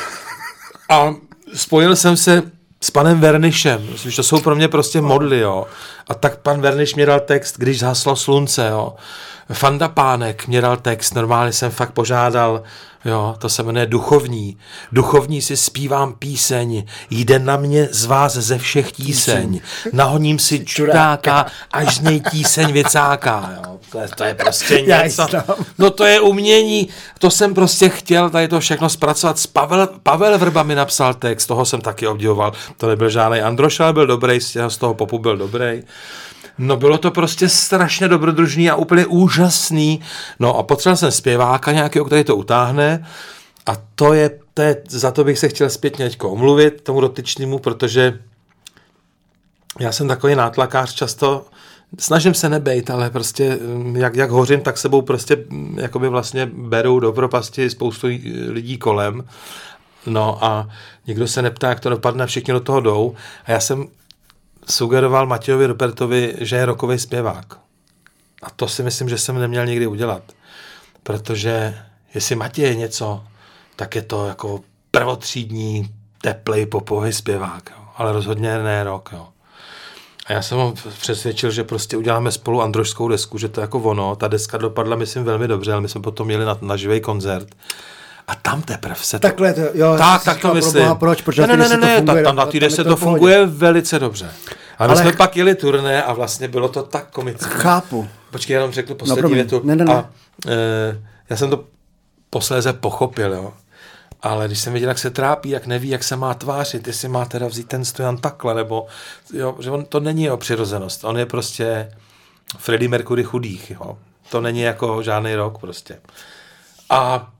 A spojil jsem se s panem Vernišem, to jsou pro mě prostě modly, jo. A tak pan Verniš mě dal text, když zhaslo slunce, jo. Fanda Pánek mě dal text, normálně jsem fakt požádal, jo, to se jmenuje Duchovní. Duchovní si zpívám píseň, jde na mě z vás ze všech tíseň. Nahoním si čuráka, až z něj tíseň vycáká, jo. To je, to je prostě něco. No to je umění, to jsem prostě chtěl tady to všechno zpracovat. Pavel, Pavel Vrba mi napsal text, toho jsem taky obdivoval. To nebyl žádný Androš, ale byl dobrý, z toho popu byl dobrý. No bylo to prostě strašně dobrodružný a úplně úžasný. No a potřeboval jsem zpěváka nějakého, který to utáhne a to je, to je, za to bych se chtěl zpětně teďko omluvit tomu dotyčnému, protože já jsem takový nátlakář často, snažím se nebejt, ale prostě jak, jak hořím, tak sebou prostě jakoby vlastně berou do propasti spoustu lidí kolem. No a nikdo se neptá, jak to dopadne, všichni do toho jdou a já jsem sugeroval Matějovi Rupertovi, že je rockový zpěvák. A to si myslím, že jsem neměl nikdy udělat. Protože jestli Matěj je něco, tak je to jako prvotřídní, teplej, popový zpěvák. Jo. Ale rozhodně ne rock. Jo. A já jsem ho přesvědčil, že prostě uděláme spolu androžskou desku, že to je jako ono. Ta deska dopadla, myslím, velmi dobře, ale my jsme potom jeli na, na živý koncert. A tam teprve se to... Takhle to, jo. Tak, tak to myslím. Boha, proč? Protože ne, ne, ne, ne, funguje, tam na té desce to funguje velice dobře. Ale my ale... jsme pak jeli turné a vlastně bylo to tak komické. Chápu. Počkej, já jenom řeknu poslední no, větu. Ne, ne, ne. A e, já jsem to posléze pochopil, jo. Ale když jsem viděl, jak se trápí, jak neví, jak se má tvářit, jestli má teda vzít ten stojan takhle, nebo, jo, že on, to není jeho přirozenost. On je prostě Freddie Mercury chudých, jo. To není jako žádný rock prostě. A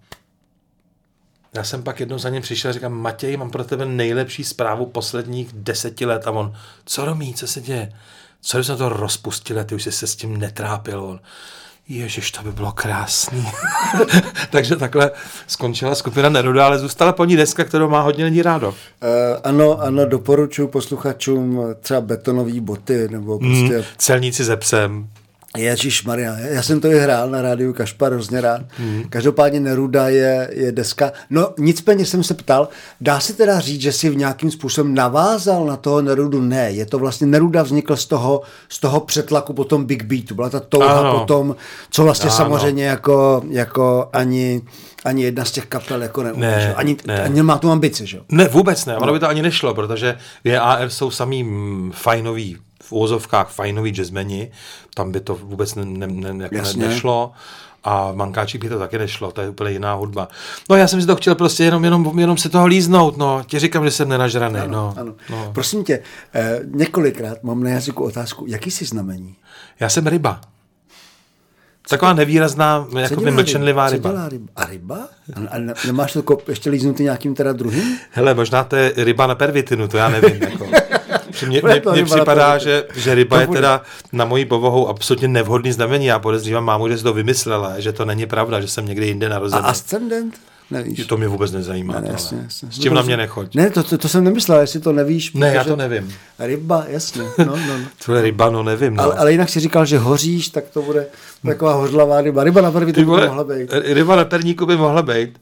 já jsem pak jednou za ním přišel a říkám, Matěj, mám pro tebe nejlepší zprávu posledních deseti let. A on, co Romí, co se děje? Co jsme to rozpustili, ty už jsi se s tím netrápil. On, ježiš, to by bylo krásný. Takže takhle skončila skupina Neruda, ale zůstala po ní deska, kterou má hodně lidí rádo. Uh, ano, ano, doporučuji posluchačům třeba betonové boty, nebo prostě... Mm, celníci ze psem. Ježišmarja, já jsem to i hrál na rádiu Kašpar, hrozně rád. Hmm. Každopádně Neruda je, je deska. No nicméně jsem se ptal, dá se teda říct, že si v nějakým způsobem navázal na toho Nerudu? Ne, je to vlastně Neruda vznikl z toho, z toho přetlaku po tom Big Beatu. Byla ta touha po tom, co vlastně ano. samozřejmě jako, jako ani, ani jedna z těch kapel jako neumí. Ne, ani, ne. ani nemá tu ambici, že? Ne, vůbec ne, ono by to ani nešlo, protože J A R jsou samý mm, fajnoví v úvozovkách fajnoví jazzmeni, tam by to vůbec ne, ne, ne, jako nešlo a v Mankáčích by to taky nešlo, to je úplně jiná hudba. No já jsem si to chtěl prostě jenom, jenom, jenom si toho líznout, no, ti říkám, že jsem nenažraný. Ano, no, ano. No. Prosím tě, eh, několikrát mám na jazyku otázku, jaký jsi znamení? Já jsem ryba. Taková nevýrazná, jako mlčenlivá ryba. ryba. ryba. A ryba? A, a nemáš to ještě líznutý nějakým teda druhým? Hele, možná to je ryba na pervitinu, to já nevím. Jako. Mně, mně, mně připadá, že, že ryba je teda na moji povahu absolutně nevhodný znamení. Já podezřívám mámu, že si to vymyslela, že to není pravda, že jsem někde jinde narozený. A ascendent? Nevíš. To mě vůbec nezajímá. Ne, ne, jasně, jasně. S tím na mě nechoď. Ne, to, to, to jsem nemyslel, jestli to nevíš. Ne, já to nevím. Ryba, jasně. No, no, no. To je ryba, no nevím. No. Ale, ale jinak si říkal, že hoříš, tak to bude taková hořlavá ryba. Ryba na perníku by mohla být. Ryba na perníku by mohla být.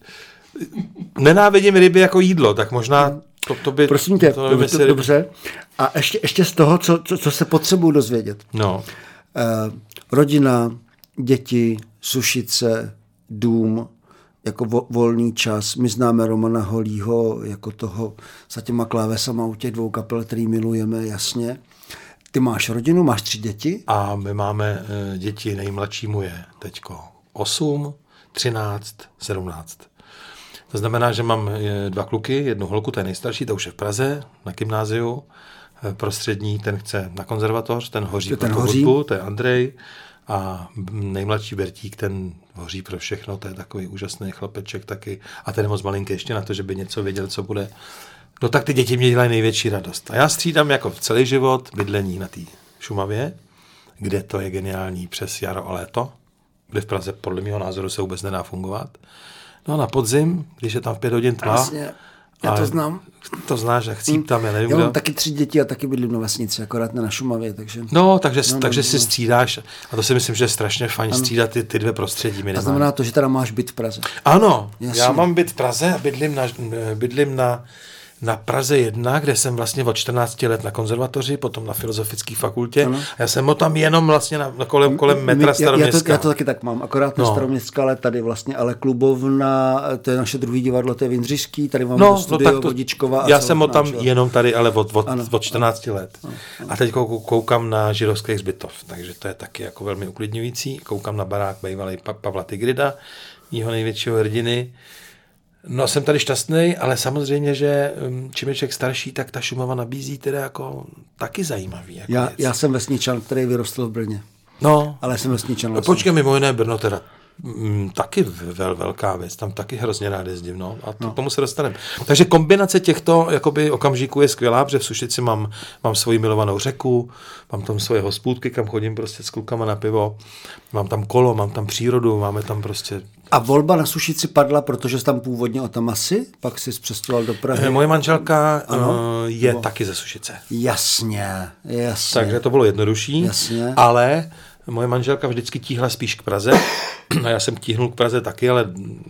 Nenávidím ryby jako jídlo, tak možná to, to by... Prosím tě, to dobře, ryby... dobře. A ještě, ještě z toho, co, co, co se potřebuji dozvědět. No. Uh, rodina, děti, sušice, dům, jako vo, volný čas. My známe Romana Holího jako toho za těma klávesama u těch dvou kapel, který milujeme, jasně. Ty máš rodinu, máš tři děti? A my máme uh, děti, nejmladšímu je teďko osm, třináct, sedmnáct. To znamená, že mám dva kluky, jednu holku, ta je nejstarší, ta už je v Praze na gymnáziu, prostřední, ten chce na konzervatoř, ten hoří to pro ten tu hoří. hudbu, to je Andrej, a nejmladší Bertík, ten hoří pro všechno, to je takový úžasný chlapeček taky, a ten je moc malinký ještě na to, že by něco věděl, co bude. No tak ty děti mě dělají největší radost. A já střídám jako celý život bydlení na té Šumavě, kde to je geniální přes jaro a léto, kde v Praze podle mého názoru se vůbec nedá fungovat. No a na podzim, když je tam v pět hodin tma. Vlastně, já to znám. To znáš, jak chcípám, já nevím, Já mám kdo. taky tři děti a taky bydlím na vesnici, akorát ne na Šumavě, takže... No, takže, no, takže no, si no. střídáš, a to si myslím, že je strašně fajn ano. střídat ty, ty dvě prostředí. A znamená to, že teda máš byt v Praze. Ano, Jasně. Já mám byt v Praze a bydlím na, bydlím na, na Praze jedna, kde jsem vlastně od čtrnácti let na konzervatoři, potom na filozofické fakultě. Ano. A já jsem tam jenom vlastně na, na kolem, kolem metra Staroměstská. Já to, já to taky tak mám, akorát na no. Staroměstská, ale tady vlastně, ale klubovna, to je naše druhý divadlo, to je v Jindřišský, tady mám no, to studio, no, to, Vodičková. Já jsem o tam jenom tady, ale od, od, od čtrnácti let. Ano, ano. A teď koukám na Žirovský hřbitov, takže to je taky jako velmi uklidňující. Koukám na barák bývalý Pavla Tigrida, jeho největšího hrdiny. No, jsem tady šťastný, ale samozřejmě, že čím je člověk starší, tak ta Šumava nabízí teda jako taky zajímavý. Jako já, já jsem vesničan, který vyrostl v Brně. No. Ale jsem vesničan. No, počkej, mimo jiné Brno teda m, taky vel, velká věc, tam taky hrozně rád jezdím, no, a to, no. tomu se dostaneme. Takže kombinace těchto jakoby okamžiků je skvělá, protože v Sušici mám, mám svoji milovanou řeku, mám tam svoje hospůdky, kam chodím prostě s klukama na pivo, mám tam kolo, mám tam přírodu, máme tam prostě... A volba na Sušici padla, protože jsi tam původně o tam asi, pak jsi přestěhoval do Prahy. Moje manželka ano? je Bo. taky ze Sušice. Jasně, jasně. Takže to bylo jednodušší, jasně. Ale moje manželka vždycky tíhla spíš k Praze a já jsem tíhnul k Praze taky, ale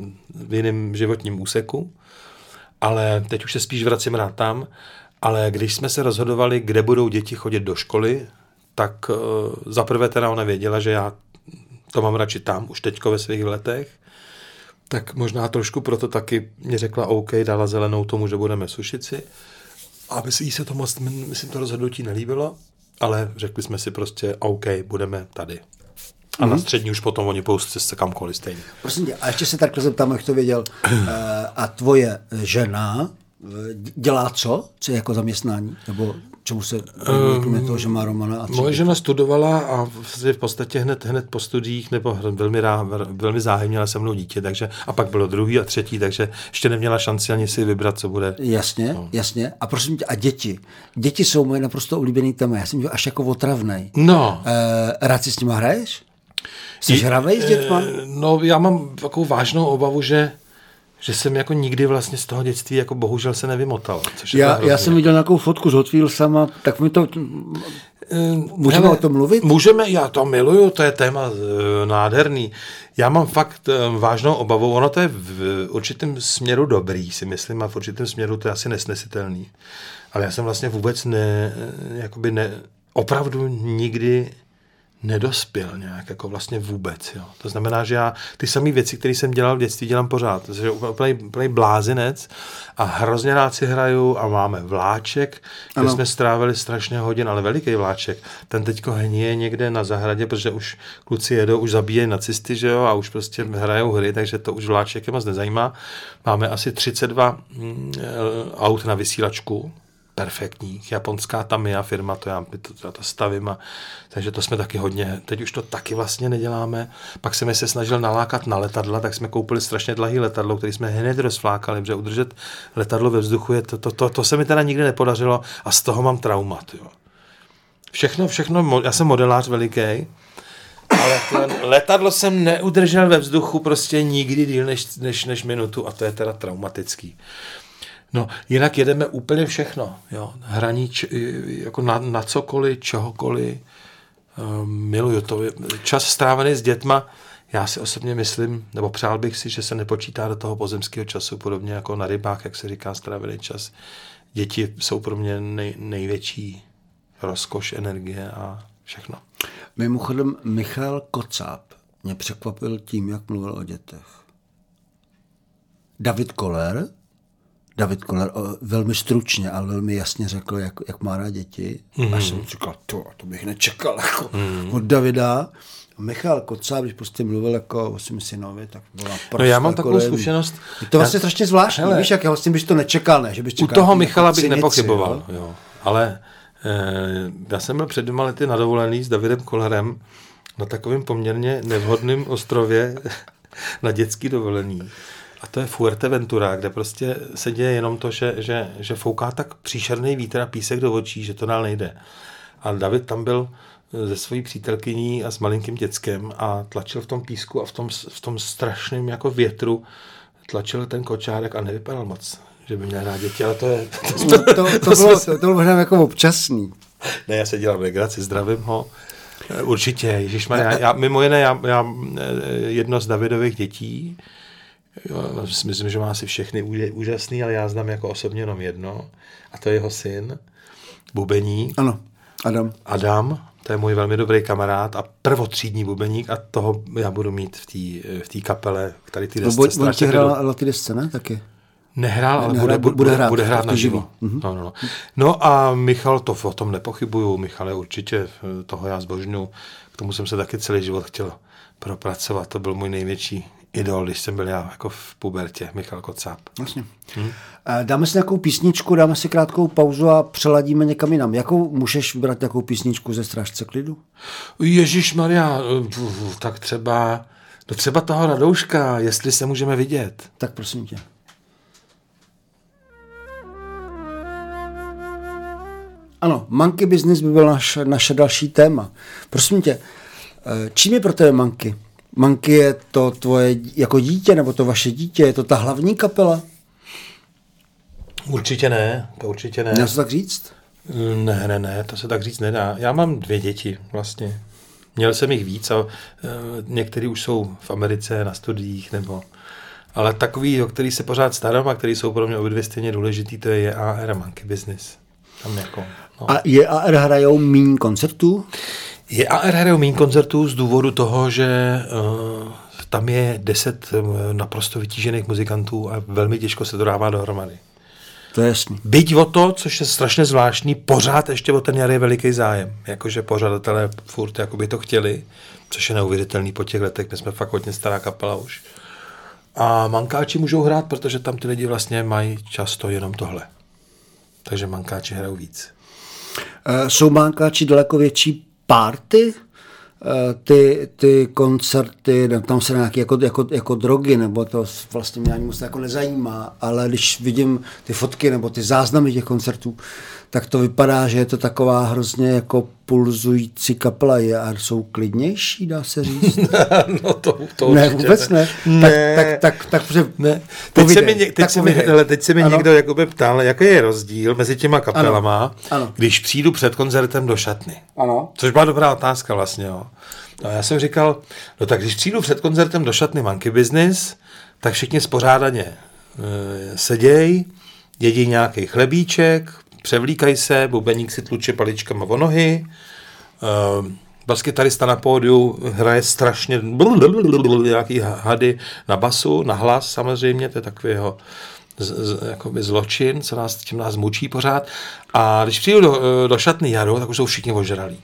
v jiném životním úseku. Ale teď už se spíš vracím rád tam. Ale když jsme se rozhodovali, kde budou děti chodit do školy, tak uh, zaprvé teda ona věděla, že já to mám radši tam, už teďko ve svých letech. Tak možná trošku proto taky mě řekla OK, dala zelenou tomu, že budeme v Sušici. A by jí se to moc, myslím, to rozhodnutí nelíbilo, ale řekli jsme si prostě OK, budeme tady. A mm-hmm. na střední už potom oni poustí se kamkoliv stejně. Prosím tě, a ještě se takhle zeptám, jak to věděl. A tvoje žena dělá co? Co je jako zaměstnání? Nebo čemu se kromě toho, že má Romana? A moje žena studovala a v podstatě hned, hned po studiích nebo velmi, rá, velmi záhy měla se mnou dítě, takže, a pak bylo druhý a třetí, takže ještě neměla šanci ani si vybrat, co bude. Jasně, no. jasně. A prosím tě, a děti? Děti jsou moje naprosto oblíbený téma. Já jsem byl až jako otravnej. No. E, rád si s nima hraješ? Jsi hravej s dětma? No, já mám takovou vážnou obavu, že že jsem jako nikdy vlastně z toho dětství jako bohužel se nevymotal. Což je já, já jsem viděl nějakou fotku s Hot Wheelsama, tak mi to... Můžeme Hele, o tom mluvit? Můžeme, já to miluju, to je téma nádherný. Já mám fakt vážnou obavu, ono to je v určitém směru dobrý, si myslím, a v určitém směru to je asi nesnesitelný. Ale já jsem vlastně vůbec ne, jakoby ne, opravdu nikdy nedospěl nějak, jako vlastně vůbec. Jo. To znamená, že já ty samé věci, které jsem dělal v dětství, dělám pořád. To je úplný blázinec a hrozně rád si hraju a máme vláček, kde ano. jsme strávili strašně hodin, ale veliký vláček. Ten teďko hníje někde na zahradě, protože už kluci jedou, už zabíjejí nacisty, že jo, a už prostě hrajou hry, takže to už vláček je moc nezajímá. Máme asi třicet dva mm, aut na vysílačku, perfektních, japonská Tamiya firma, to já to, to, to stavím, a, takže to jsme taky hodně, teď už to taky vlastně neděláme. Pak jsem se snažil nalákat na letadla, tak jsme koupili strašně dlhý letadlo, který jsme hned rozflákali, protože udržet letadlo ve vzduchu, je to, to, to, to se mi teda nikdy nepodařilo a z toho mám traumat. Jo. Všechno, všechno, já jsem modelář veliký, ale ten letadlo jsem neudržel ve vzduchu prostě nikdy díl než, než, než minutu a to je teda traumatický. No, jinak jedeme úplně všechno, jo, hraní č, jako na, na cokoliv, čehokoliv, um, miluju to. Čas strávený s dětma, já si osobně myslím, nebo přál bych si, že se nepočítá do toho pozemského času, podobně jako na rybách, jak se říká, strávený čas. Děti jsou pro mě nej, největší rozkoš, energie a všechno. Mimochodem, Michal Kocáb mě překvapil tím, jak mluvil o dětech. David Koller David Koller velmi stručně, ale velmi jasně řekl, jak, jak má rád děti. Mm. A jsem říkal, to, to bych nečekal jako mm. od Davida. A Michal Kocáb, když prostě mluvil jako o svým synovi, tak byla prostě. No já mám takovou kolem. zkušenost. Je to vlastně já... strašně zvláštní, hele, víš, jak já vlastně bys to nečekal, ne? Že bys čekal, u toho Michala bych nepochyboval, jo. Jo. Ale eh, já jsem byl před dvěma lety na dovolený s Davidem Kollerem na takovém poměrně nevhodném ostrově na dětský dovolený. A to je Fuerteventura, kde prostě se děje jenom to, že, že, že fouká tak příšerný vítr a písek do očí, že to dál nejde. A David tam byl se svojí přítelkyní a s malinkým děckem a tlačil v tom písku a v tom, v tom strašném jako větru tlačil ten kočárek a nevypadal moc, že by měl rád děti, ale to je... To, to, to, to, bylo, to, to bylo možná jako občasný. Ne, já se dělám legraci, zdravím ho. Určitě, ježišmarja, já, já, mimo jiné, já, já jedno z Davidových dětí, jo, myslím, že má asi všechny úžasný, ale já znám jako osobně jenom jedno, a to je jeho syn, bubeník. Ano, Adam. Adam, to je můj velmi dobrý kamarád a prvotřídní bubeník a toho já budu mít v té v té kapele, tady ty desce. No, on ti hrál na ty desce, ne? Taky. Nehrál, ale Nehrál, bude, bude hrát, bude hrát naživo. Mm-hmm. No, no, no. no a Michal, to o tom nepochybuju, Michale, určitě toho já zbožňuju. K tomu jsem se taky celý život chtěl propracovat. To byl můj největší idol, když jsem byl já jako v pubertě, Michal Kocáb. Vlastně. Hmm. Dáme si nějakou písničku, dáme si krátkou pauzu a přeladíme někam jinam. Jakou můžeš vybrat nějakou písničku ze Strážce klidu? Ježišmarja, tak třeba, no třeba toho Radouška, jestli se můžeme vidět. Tak prosím tě. Ano, monkey business by byl naše, naše další téma. Prosím tě, čím je pro tebe monkey? Monkey je to tvoje jako dítě, nebo to vaše dítě? Je to ta hlavní kapela? Určitě ne, to určitě ne. Dá se tak říct? Ne, ne, ne, to se tak říct nedá. Já mám dvě děti vlastně. Měl jsem jich víc a uh, některý už jsou v Americe na studiích, nebo... Ale takový, o který se pořád starám a který jsou pro mě obě dvě stejně důležitý, to je J A R a Monkey Business. Tam jako, no. A J A R hrajou míň koncertů? J A R hrajou míň koncertů z důvodu toho, že uh, tam je deset naprosto vytížených muzikantů a velmi těžko se to dává dohromady. To je jasný. Byť o to, což je strašně zvláštní, pořád ještě o ten jar je veliký zájem. Jakože pořadatelé furt jakoby to chtěli, což je neuvěřitelný po těch letech, my jsme fakt hodně stará kapela už. A mankáči můžou hrát, protože tam ty lidi vlastně mají často jenom tohle. Takže mankáči hrajou víc. Uh, jsou mankáči daleko větší party? Uh, ty, ty koncerty, tam se nějaké jako, jako, jako drogy, nebo to vlastně mě ani moc jako nezajímá, ale když vidím ty fotky nebo ty záznamy těch koncertů, tak to vypadá, že je to taková hrozně jako pulzující kapela. A jsou klidnější, dá se říct? No to, to ne, vůbec ne. ne. Tak, tak, tak, tak ne. Teď se mi, něk, teď se mi, hele, teď se mi někdo jakoby ptal, jaký je rozdíl mezi těma kapelama, ano. Ano. Když přijdu před koncertem do šatny. Ano. Což byla dobrá otázka vlastně. Jo. No, já jsem říkal, no tak když přijdu před koncertem do šatny Monkey Business, tak všichni spořádaně e, seděj, jedí nějaký chlebíček, převlíkají se, bubeník si tluče paličkama o nohy, uh, baskytarista na pódiu hraje strašně nějaký hady na basu, na hlas samozřejmě, to je takový jeho z, z, jakoby zločin, co nás, tím nás mučí pořád. A když přijdu do, do šatny Jaru, tak už jsou všichni ožralí.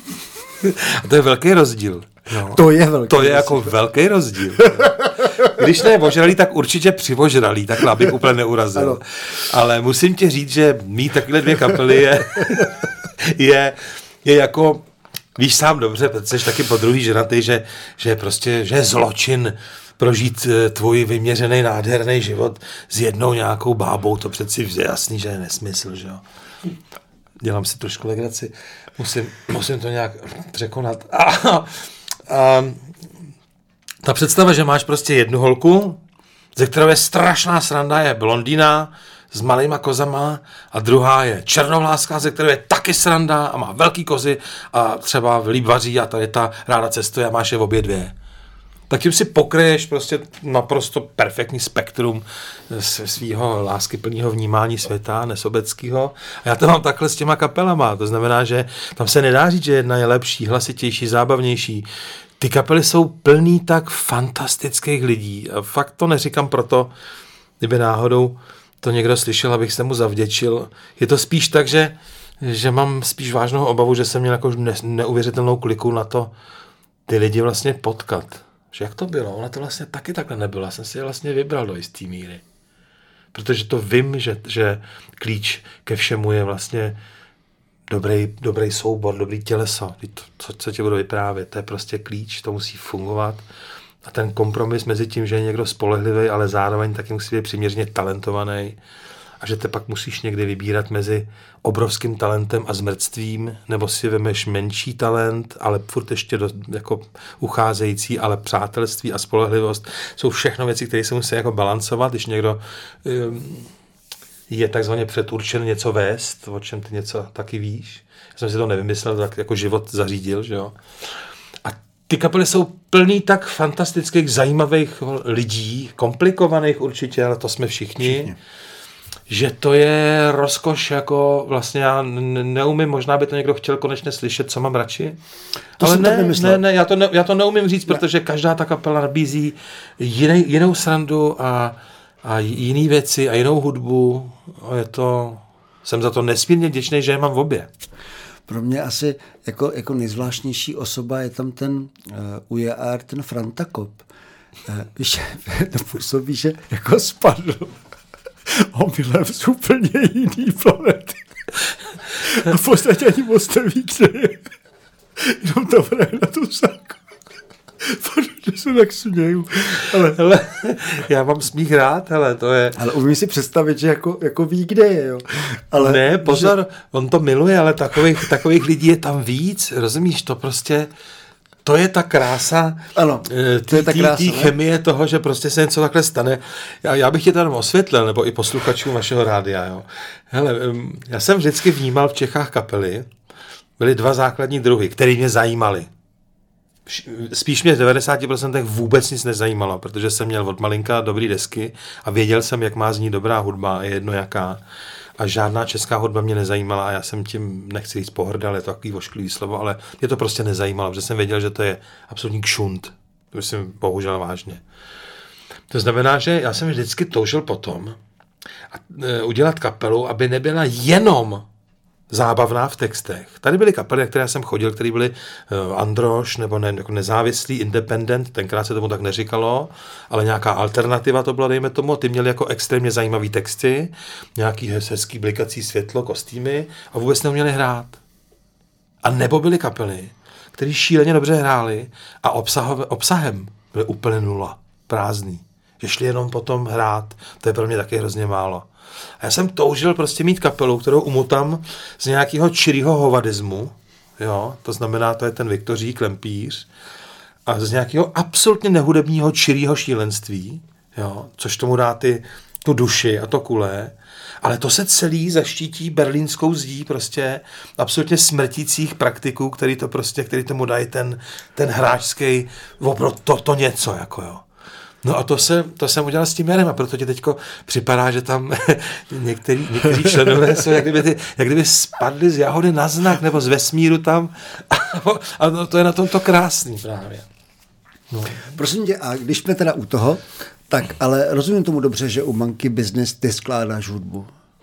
A to je velký rozdíl. No. To je velký To je rozdíl. jako velký rozdíl. Když ne ožralí, tak určitě přivožralí, takhle abych úplně neurazil. Ano. Ale musím ti říct, že mít takové dvě kapely je, je, je jako, víš sám dobře, protože jsi taky po druhý ženatý, že, že, prostě, že je zločin prožít tvůj vyměřený nádherný život s jednou nějakou bábou, to přeci je jasný, že je nesmysl, že jo. Dělám si trošku legraci, musím, musím to nějak překonat. A, a, ta představa, že máš prostě jednu holku, ze kterou je strašná sranda, je blondýna s malýma kozama a druhá je černovláská, ze kterou je taky sranda a má velký kozy a třeba líp vaří a tady ta ráda cestuje a máš je obě dvě. Tak tím si pokryješ prostě naprosto perfektní spektrum svýho láskyplného vnímání světa, nesobeckého. A já to mám takhle s těma kapelama. To znamená, že tam se nedá říct, že jedna je lepší, hlasitější, zábavnější. Ty kapely jsou plný tak fantastických lidí. A fakt to neříkám proto, kdyby náhodou to někdo slyšel, abych se mu zavděčil. Je to spíš tak, že, že mám spíš vážnou obavu, že jsem měl jako ne, neuvěřitelnou kliku na to ty lidi vlastně potkat. Že jak to bylo? Ono to vlastně taky takhle nebylo. Já jsem si je vlastně vybral do jistý míry. Protože to vím, že, že klíč ke všemu je vlastně dobrý, dobrý soubor, dobrý těleso. To, co, co tě budu vyprávět, to je prostě klíč, to musí fungovat. A ten kompromis mezi tím, že je někdo spolehlivý, ale zároveň taky musí být přiměřeně talentovaný. A že te pak musíš někdy vybírat mezi obrovským talentem a zmrtvím, nebo si vemeš menší talent, ale furt ještě do, jako ucházející, ale přátelství a spolehlivost jsou všechno věci, které se musí jako balancovat, když někdo um, je takzvaně předurčen něco vést, o čem ty něco taky víš. Já jsem si to nevymyslel, tak jako život zařídil, že jo. A ty kapely jsou plný tak fantastických, zajímavých lidí, komplikovaných určitě, ale to jsme všichni. všichni. Že to je rozkoš, jako vlastně já neumím, možná by to někdo chtěl konečně slyšet, co mám radši. To ale ne, ne, ne, já to, ne, já to neumím říct, ne. Protože každá ta kapela nabízí jiný, jinou srandu a, a jiný věci a jinou hudbu. A je to, jsem za to nesmírně vděčný, že je mám v obě. Pro mě asi jako, jako nejzvláštnější osoba je tam ten uh, U J R, ten Franta Kop. Uh, víš, to působí, že jako spadl. On byl z úplně jiný planety. A v podstatě ani moc neví, kde je. Jenom to hraje na tu sáku. Protože se tak směju. Ale, hele, já mám smích rád, hele, to je... Ale umím si představit, že jako, jako ví, kde je, jo. Ale, ne, pozor, že... on to miluje, ale takových, takových lidí je tam víc, rozumíš, to prostě... To je ta krása, ano, to je ta krása, tý chemie toho, že prostě se něco takhle stane. Já, já bych tě to jenom osvětlil, nebo i posluchačům vašeho rádia. Jo. Hele, já jsem vždycky vnímal v Čechách kapely, byly dva základní druhy, které mě zajímaly. Spíš mě v devadesáti procentech vůbec nic nezajímalo, protože jsem měl od malinka dobrý desky a věděl jsem, jak má znít dobrá hudba, je jedno jaká. A žádná česká hudba mě nezajímala a já jsem tím, nechci říct pohrdal, je to takový vošklivý slovo, ale mě to prostě nezajímalo, protože jsem věděl, že to je absolutní kšunt. To myslím bohužel vážně. To znamená, že já jsem vždycky toužil potom udělat kapelu, aby nebyla jenom zábavná v textech. Tady byly kapely, na které jsem chodil, které byly uh, Androš, nebo ne, jako nezávislý, independent, tenkrát se tomu tak neříkalo, ale nějaká alternativa to byla, dejme tomu, ty měli jako extrémně zajímavý texty, nějaký hezký blikací světlo, kostýmy a vůbec neuměli hrát. A nebo byly kapely, které šíleně dobře hrály a obsahove, obsahem byly úplně nula, prázdný. Že šli jenom potom hrát, to je pro mě taky hrozně málo. A já jsem toužil prostě mít kapelu, kterou umutám z nějakého čirýho hovadismu, jo, to znamená, to je ten Viktořík, Klempíř, a z nějakého absolutně nehudebního čirýho šílenství, jo, což tomu dá ty, tu duši a to kulé, ale to se celý zaštítí berlínskou zdí prostě absolutně smrtících praktiků, který to prostě, který tomu dají ten, ten hráčský, opravdu to, to něco, jako jo. No a to, se, to jsem udělal s tím Jarem a proto ti teďko připadá, že tam některý, někteří členové jsou, jak kdyby, ty, jak kdyby spadli z jahody na znak nebo z vesmíru tam a no, to je na tom to krásný právě. No. Prosím tě, a když jsme teda u toho, tak ale rozumím tomu dobře, že u Monkey Business ty skládáš hudbu.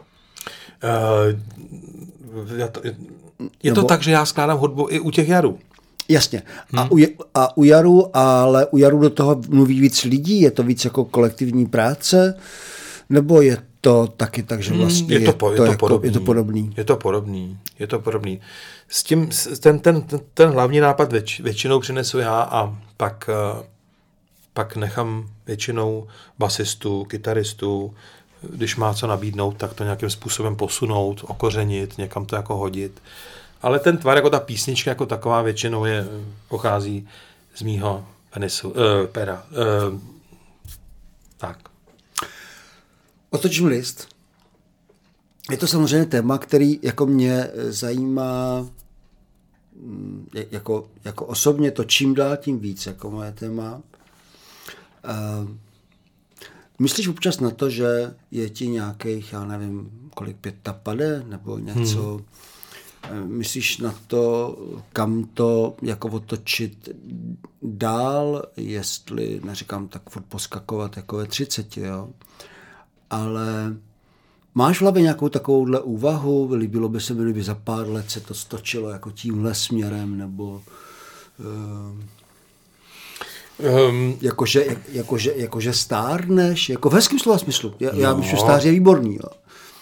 Uh, já to, je nebo... to tak, že já skládám hudbu i u těch Jarů. Jasně. Hmm. A, u, a u Jaru, ale u Jaru do toho mluví víc lidí? Je to víc jako kolektivní práce? Nebo je to taky tak, že vlastně hmm, je, to, je, to, je, to, jako, je to podobný? Je to podobný. Je to podobný. S tím, ten, ten, ten, ten hlavní nápad věč, většinou přinesu já a pak, pak nechám většinou basistu, kytaristu, když má co nabídnout, tak to nějakým způsobem posunout, okořenit, někam to jako hodit. Ale ten tvar, jako ta písnička, jako taková většinou je, pochází z mýho penisu, uh, pera. Uh, tak. Otočím list. Je to samozřejmě téma, který jako mě zajímá jako, jako osobně to čím dál tím víc, jako moje téma. Uh, myslíš občas na to, že je ti nějakých, já nevím, kolik pět tapade, nebo něco... Hmm. Myslíš na to, kam to jako otočit dál, jestli, neříkám tak furt poskakovat jako ve třiceti, jo, ale Máš v hlavě nějakou takovouhle úvahu? Líbilo by se mi, kdyby za pár let se to stočilo jako tímhle směrem, nebo uh, um, jakože, jakože, jakože stárneš, jako v hezkém slova smyslu. Já, no. já myslím, že stáří je výborný, jo.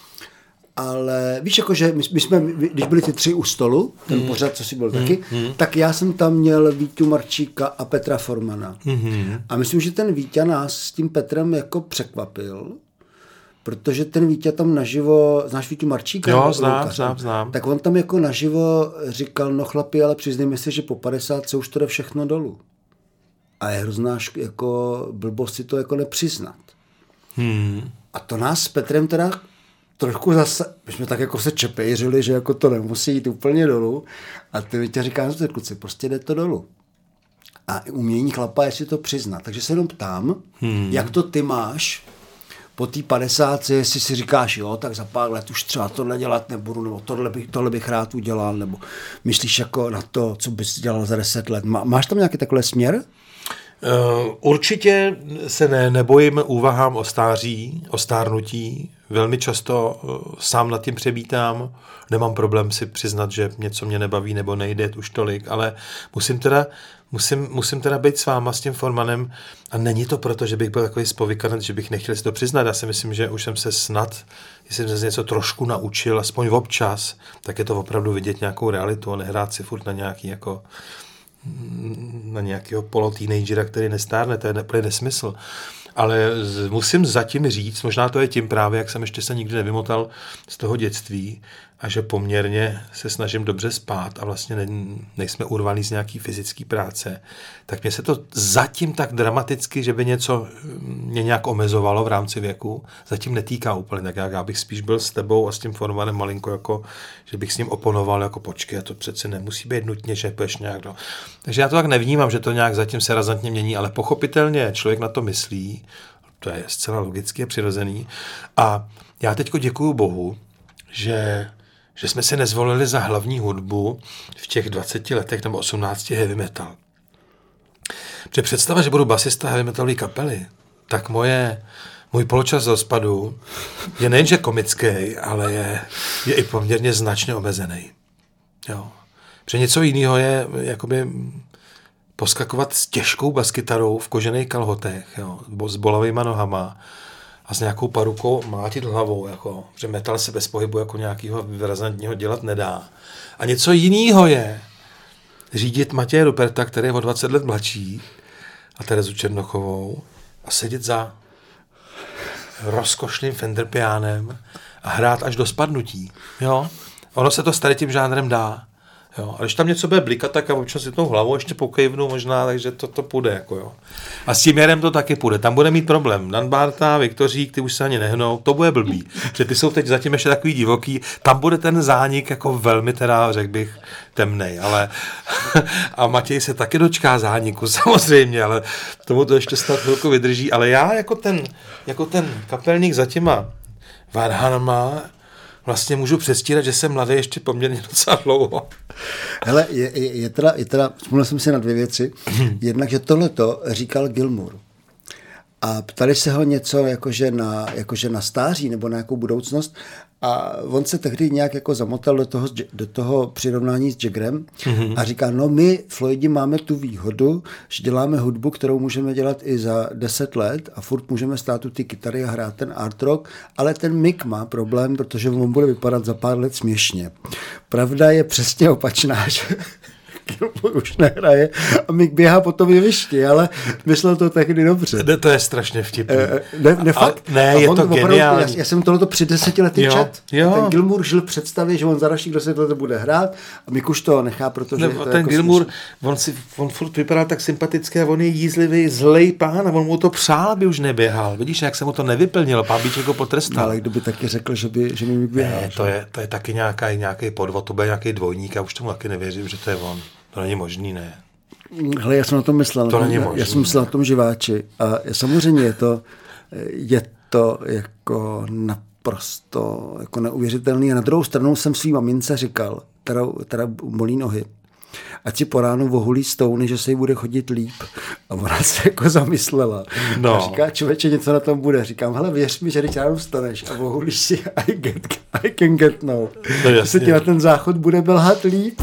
Ale víš, jakože my, my jsme, když byli ty tři u stolu, ten mm. pořad, co si byl mm. taky, mm. tak já jsem tam měl Vítu Marčíka a Petra Formana. Mm. A myslím, že ten Vítě nás s tím Petrem jako překvapil, protože ten Vítě tam naživo, znáš Vítu Marčíka? Jo, znám, znám, znám. Tak on tam jako naživo říkal, no chlapi, ale přiznejme si, že po padesátce už to jde všechno dolů. A je hrozná jako blbost si to jako nepřiznat. Mm. A to nás s Petrem teda trošku zase, my jsme tak jako se čepejřili, že jako to nemusí jít úplně dolů. A ty Vítě říká, no kluci, prostě jde to dolů. A umění chlapa je si to přiznat. Takže se jenom ptám, hmm. jak to ty máš po té padesátce, jestli si říkáš, jo, tak za pár let už třeba tohle dělat nebudu, nebo tohle bych, tohle bych rád udělal, nebo myslíš jako na to, co bys dělal za deset let. Má, máš tam nějaký takový směr? Uh, určitě se ne, nebojím úvahám o stáří, o stárnutí. Velmi často uh, sám nad tím přebítám. Nemám problém si přiznat, že něco mě nebaví nebo nejde už tolik, ale musím teda, musím, musím teda být s váma, s tím Formanem. A není to proto, že bych byl takový spovykanec, že bych nechtěl si to přiznat. Já si myslím, že už jsem se snad, jestli jsem se něco trošku naučil, aspoň občas, tak je to opravdu vidět nějakou realitu a nehrát si furt na nějaký jako na nějakého polo-teenagera, který nestárne, to je úplně nesmysl. Ale musím zatím říct, možná to je tím právě, jak jsem ještě se nikdy nevymotal z toho dětství a že poměrně se snažím dobře spát a vlastně ne, nejsme urvaný z nějaký fyzické práce, tak mě se to zatím tak dramaticky, že by něco mě nějak omezovalo v rámci věku, zatím netýká úplně, tak já bych spíš byl s tebou a s tím Formanem malinko jako, že bych s ním oponoval jako počkej, a to přece nemusí být nutně, že půjdeš nějak do... Takže já to tak nevnímám, že to nějak zatím se razantně mění, ale pochopitelně člověk na to myslí, to je zcela logicky a přirozený. A já teďko děkuju Bohu, že, že jsme si nezvolili za hlavní hudbu v těch dvaceti letech nebo osmnácti heavy metal. Protože představa, že budu basista heavy metalové kapely, tak moje, můj poločas rozpadu je nejenže komický, ale je, je i poměrně značně omezený. Jo. Protože něco jiného je jakoby poskakovat s těžkou baskytarou v kožených kalhotech, jo, s bolavýma nohama a s nějakou parukou mátit hlavou, jako, že metal se bez pohybu jako nějakého razantního dělat nedá. A něco jiného je řídit Matěje Ruperta, který je o dvacet let mladší, a Terezu Černochovou a sedět za rozkošným Fender pianem a hrát až do spadnutí. Jo? Ono se to s tady tím žánrem dá. Jo, a když tam něco bude blikat, tak a občas si tou hlavou ještě pokejvnu možná, takže to, to půjde. Jako jo. A s tím Jarem to taky půjde. Tam bude mít problém. Dan Barta, Viktořík, ty už se ani nehnou, to bude blbý. Protože ty jsou teď zatím ještě takový divoký. Tam bude ten zánik jako velmi teda, řekl bych, temnej. Ale a Matěj se taky dočká zániku, samozřejmě, ale tomu to ještě snad chvilku vydrží. Ale já jako ten, jako ten kapelník za těma varhanama vlastně můžu předstírat, že jsem mladý ještě poměrně docela dlouho. Hele, je, je, je teda, je teda, vzpomněl jsem si na dvě věci. Jednak, že tohleto říkal Gilmour. A ptali se ho něco jakože na, jakože na stáří nebo na nějakou budoucnost a on se tehdy nějak jako zamotal do toho, do toho přirovnání s Jaggerem mm-hmm. a říká, no my Floydi máme tu výhodu, že děláme hudbu, kterou můžeme dělat i za deset let a furt můžeme stát tu ty kytary a hrát ten art rock, ale ten Mick má problém, protože on bude vypadat za pár let směšně. Pravda je přesně opačná, že už nehraje a Mick běhá po tom jevišti, ale myslel to tehdy dobře. Ne, to je strašně vtipný. E, ne, ne fakt? Ne, a je to geniální. Já, já jsem tohleto při deseti lety čet. Ten Gilmour žil v představě, že on za dalších deset let bude hrát a Mick už to nechá, protože ne, to ten jako Gilmour, on, si, on furt vypadá tak sympaticky a on je jízlivý, zlej pán a on mu to přál, aby už neběhal. Vidíš, jak se mu to nevyplnilo, pán Bíček ho potrestal. Ale kdo by taky řekl, že by, že by Mick běhal. Ne, to je, to je taky nějaký, nějaký podvod, to bude nějaký dvojník a už tomu taky nevěřím, že to je on. To není možný, ne? Hele, já jsem na tom myslel. To není já, možný. Já jsem myslel na tom živáči. A samozřejmě je to, je to jako naprosto jako neuvěřitelný. A na druhou stranu jsem svý mamince říkal, teda, teda bolí nohy. ať si po ránu vohulí stouny, že se jí bude chodit líp. A ona se jako zamyslela. No. A říká, člověče, něco na tom bude. Říkám, hele, věř mi, že když ráno vstaneš a vohulíš si I, get, I can get no. No se ti na ten záchod bude belhat líp.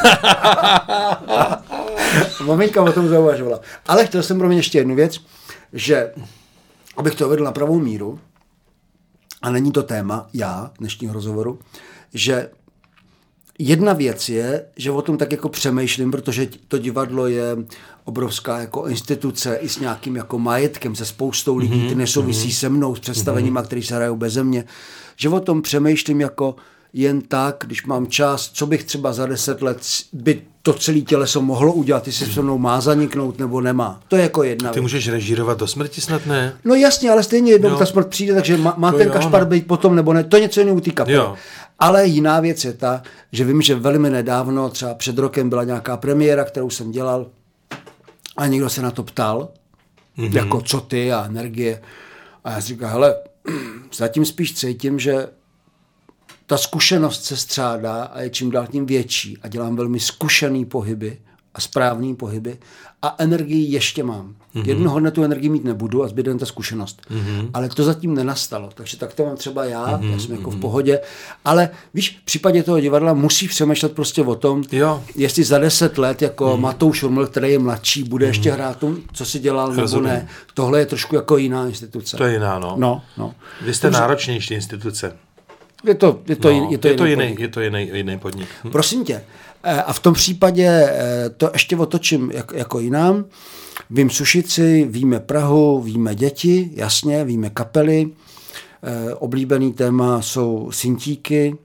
Maminka o tom zauvažovala. Ale chtěl jsem pro mě ještě jednu věc, že abych to uvedl na pravou míru, a není to téma, já, dnešního rozhovoru, že jedna věc je, že o tom tak jako přemýšlím, protože to divadlo je obrovská jako instituce i s nějakým jako majetkem, se spoustou lidí, mm-hmm. ty nesouvisí mm-hmm. se mnou, s představeníma, mm-hmm. který se hrajou beze mě, že o tom přemýšlím jako jen tak, když mám čas, co bych třeba za deset let by to celé těleso mohlo udělat, jestli se mnou má zaniknout nebo nemá. To je jako jedna Ty věc. Můžeš režírovat do smrti snad, ne? No jasně, ale stejně jednou jo. ta smrt přijde, takže má, má ten jo, Kašpar no. být potom nebo ne, to je něco jiného u té kapely. Ale jiná věc je ta, že vím, že velmi nedávno, třeba před rokem byla nějaká premiéra, kterou jsem dělal a někdo se na to ptal, mm-hmm. jako co ty a energie. A já si říkám, hele, zatím spíš cítím, že ta zkušenost se střádá a je čím dál tím větší a dělám velmi zkušený pohyby a správný pohyby a energii ještě mám. Mm-hmm. Jednoho dne tu energii mít nebudu a zbyde jen ta zkušenost. Mm-hmm. Ale to zatím nenastalo, takže tak to mám třeba já, mm-hmm. já jsem jako v pohodě, ale víš, v případě toho divadla musíš přemýšlet prostě o tom, jo. jestli za deset let jako mm-hmm. Matouš Šurml, který je mladší, bude mm-hmm. ještě hrát tom, co si dělal, nebo Rozumím. ne. Tohle je trošku jako jiná instituce. To je jiná, no. no, no. Vy jste Dobře. náročnější instituce. Je to, je to, no, je to, je to jiný, jiný je to jiný, jiný podnik. Hm. Prosím tě, a v tom případě to ještě otočím jako, jako jinam. Vím Sušici, víme Prahu, víme děti, jasně, víme kapely. Oblíbený téma jsou syntíky.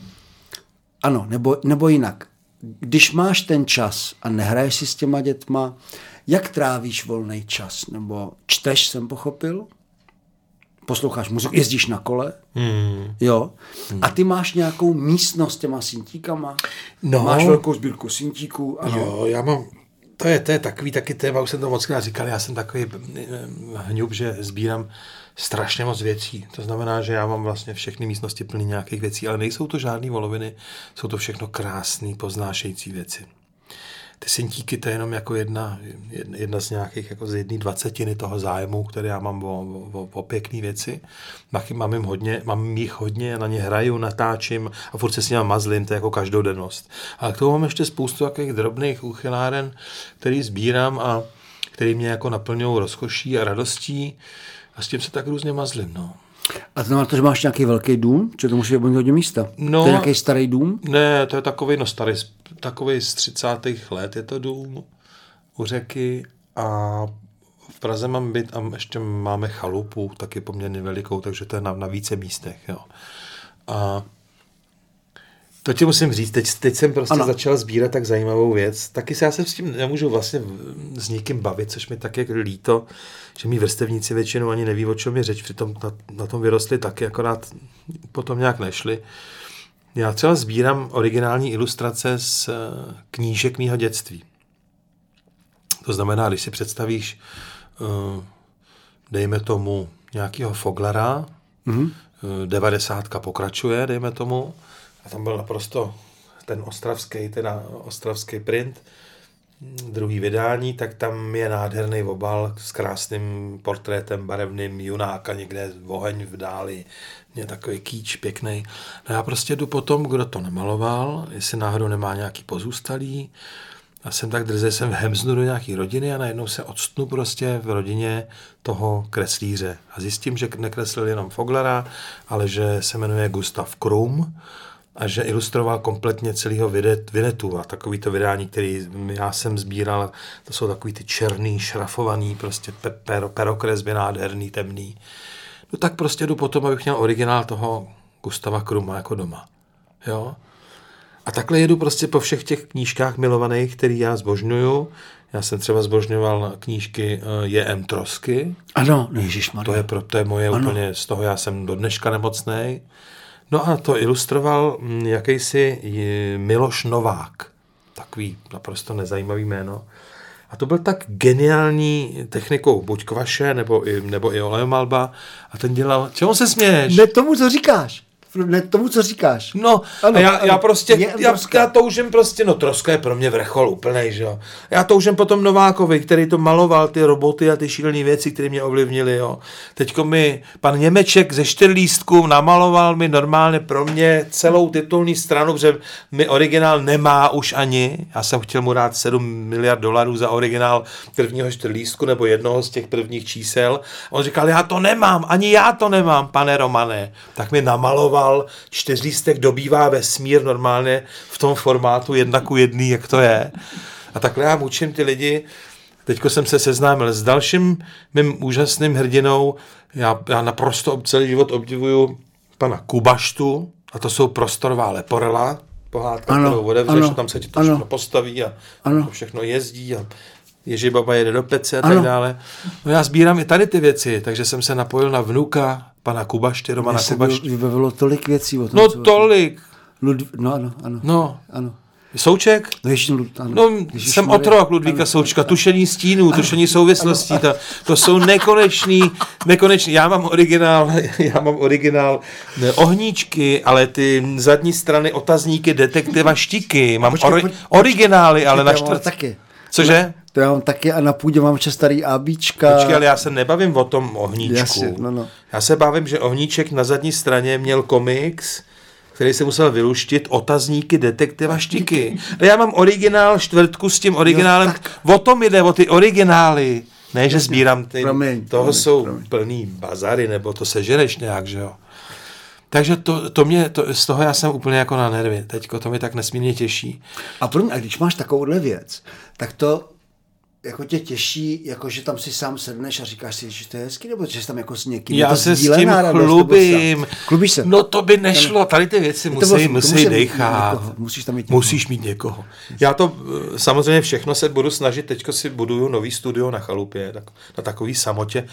Ano, nebo, nebo jinak. Když máš ten čas a nehraješ si s těma dětma, jak trávíš volný čas? Nebo čteš, jsem pochopil? Posloucháš muziku, jezdíš na kole, hmm. jo, hmm. a ty máš nějakou místnost s těma syntíkama, no. máš velkou sbírku syntíků. Ano. Jo, já mám, to je, to je takový taky téma, už jsem to mockrát říkal, já jsem takový hňub, že sbírám strašně moc věcí, to znamená, že já mám vlastně všechny místnosti plný nějakých věcí, ale nejsou to žádný voloviny, jsou to všechno krásný, poznášející věci. Ty syntíky, to je jenom jako jedna, jedna z nějakých, jako z jedné dvacetiny toho zájmu, který já mám o, o, o pěkný věci. Mám jim hodně, mám jich hodně, na ně hraju, natáčím a furt se s nimi mazlím, to je jako každodennost. Ale k tomu mám ještě spoustu takových drobných úchyláren, který sbírám a který mě jako naplňují rozkoší a radostí a s tím se tak různě mazlím, no. A to znamená to, že máš nějaký velký dům? Či to musí být hodně místa? No, to je nějaký starý dům? Ne, to je takový, no starý, takový z třicátých let je to dům u řeky a v Praze mám byt a ještě máme chalupu, taky poměrně velikou, takže to je na, na více místech, jo. A to ti musím říct, teď, teď jsem prostě ano. začal sbírat tak zajímavou věc. Taky se já se s tím nemůžu vlastně s nikým bavit, což mi tak je líto, že mý vrstevníci většinou ani neví, o čem je řeč, přitom na, na tom vyrostli taky, akorát potom nějak nešli. Já třeba sbírám originální ilustrace z knížek mýho dětství. To znamená, když si představíš, dejme tomu, nějakého Foglera, mm-hmm. devadesátka pokračuje, dejme tomu, a tam byl naprosto ten ostravský, ten ostravský print, druhý vydání, tak tam je nádherný obal s krásným portrétem barevným junáka, někde oheň v dáli, je takový kýč pěkný. No já prostě jdu po tom, kdo to namaloval, jestli náhodou nemá nějaký pozůstalý, a jsem tak drzej, jsem hemznu do nějaký rodiny a najednou se odstnu prostě v rodině toho kreslíře. A zjistím, že nekreslil jenom Foglera, ale že se jmenuje Gustav Krum, a že ilustroval kompletně celého Vinetu a takovýto vydání, který já jsem sbíral, to jsou takový ty černý, šrafovaný, prostě pero, perokresby nádherný, temný. No tak prostě jdu potom, abych měl originál toho Gustava Kruma jako doma. Jo? A takhle jedu prostě po všech těch knížkách milovaných, který já zbožňuju. Já jsem třeba zbožňoval knížky J M Trosky. Ano, ježišmarja. To je, pro, to je moje ano. úplně, z toho já jsem do dneška nemocnej. No a to ilustroval jakýsi Miloš Novák. Takový naprosto nezajímavý jméno. A to byl tak geniální technikou buď kvaše, nebo i, nebo i olejomalba. A ten dělal... Čemu se směješ? Ne tomu, co říkáš. Ne tomu, co říkáš. No, ano, a já, ano. já prostě, já, já toužím prostě, no Troska je pro mě vrchol úplnej, že jo. Já toužím potom Novákovi, který to maloval, ty roboty a ty šílené věci, které mě ovlivnily, jo. Teďko mi pan Němeček ze čtyřlístků namaloval mi normálně pro mě celou titulní stranu, protože mi originál nemá už ani. Já jsem chtěl mu dát sedm miliard dolarů za originál prvního čtyřlístku nebo jednoho z těch prvních čísel. On říkal, já to nemám, ani já to nemám, pane Romane. Tak mi namaloval čtyřlístek dobývá vesmír normálně v tom formátu jedna ku jedný, jak to je. A takhle já mučím ty lidi. Teďko jsem se seznámil s dalším mým úžasným hrdinou. Já, já naprosto celý život obdivuju pana Kubaštu, a to jsou prostorová leporela, pohádka, ano, kterou odevřeš, tam se ti to všechno postaví a ano. to všechno jezdí a Ježibaba jede do pece a tak ano. dále. No já sbírám i tady ty věci, takže jsem se napojil na vnuka pana Kubašty, Romana Kubašty. Mně se vybavilo tolik věcí o tom. No tolik. Ludv... No ano, ano. No. ano. Souček? No, ježiš, ano. no ježiš, jsem Marie. Otrok Ludvíka ano. Součka, tušení stínů, ano. tušení souvislostí, to, to jsou nekonečný, nekonečný, já mám originál, já mám originál ne, ohníčky, ale ty zadní strany otazníky detektiva Štiky, mám počkej, ori, počkej, originály, ale na čtvrt. Taky. Cože? To já mám taky a na půdě mám ještě starý ABčka. Počkej, ale já se nebavím o tom ohníčku. Jasně, no, no. Já se bavím, že ohníček na zadní straně měl komiks, který se musel vyluštit, otazníky detektiva Štiky. A já mám originál čtvrtku s tím originálem. Jo, tak... O tom jde, o ty originály. Ne, že sbírám ty, promiň, toho promiň, jsou promiň. plný bazary, nebo to sežereš nějak, že jo. Takže to, to mě, to, z toho já jsem úplně jako na nervy. Teďko to mi tak nesmírně těší. A, pro mě, a když máš takovouhle věc, tak to jako tě těší, jako že tam si sám sedneš a říkáš si, že to je hezký, nebo že jsi tam jako s někým. Já se s tím chlubím. Chlubíš se? No to by nešlo, tady ty věci musí, musí, musí dejchat. Někoho, musíš tam mít někoho. Musíš mít někoho. Já to samozřejmě všechno se budu snažit, teďko si buduju nový studio na chalupě, tak, na takový samotě,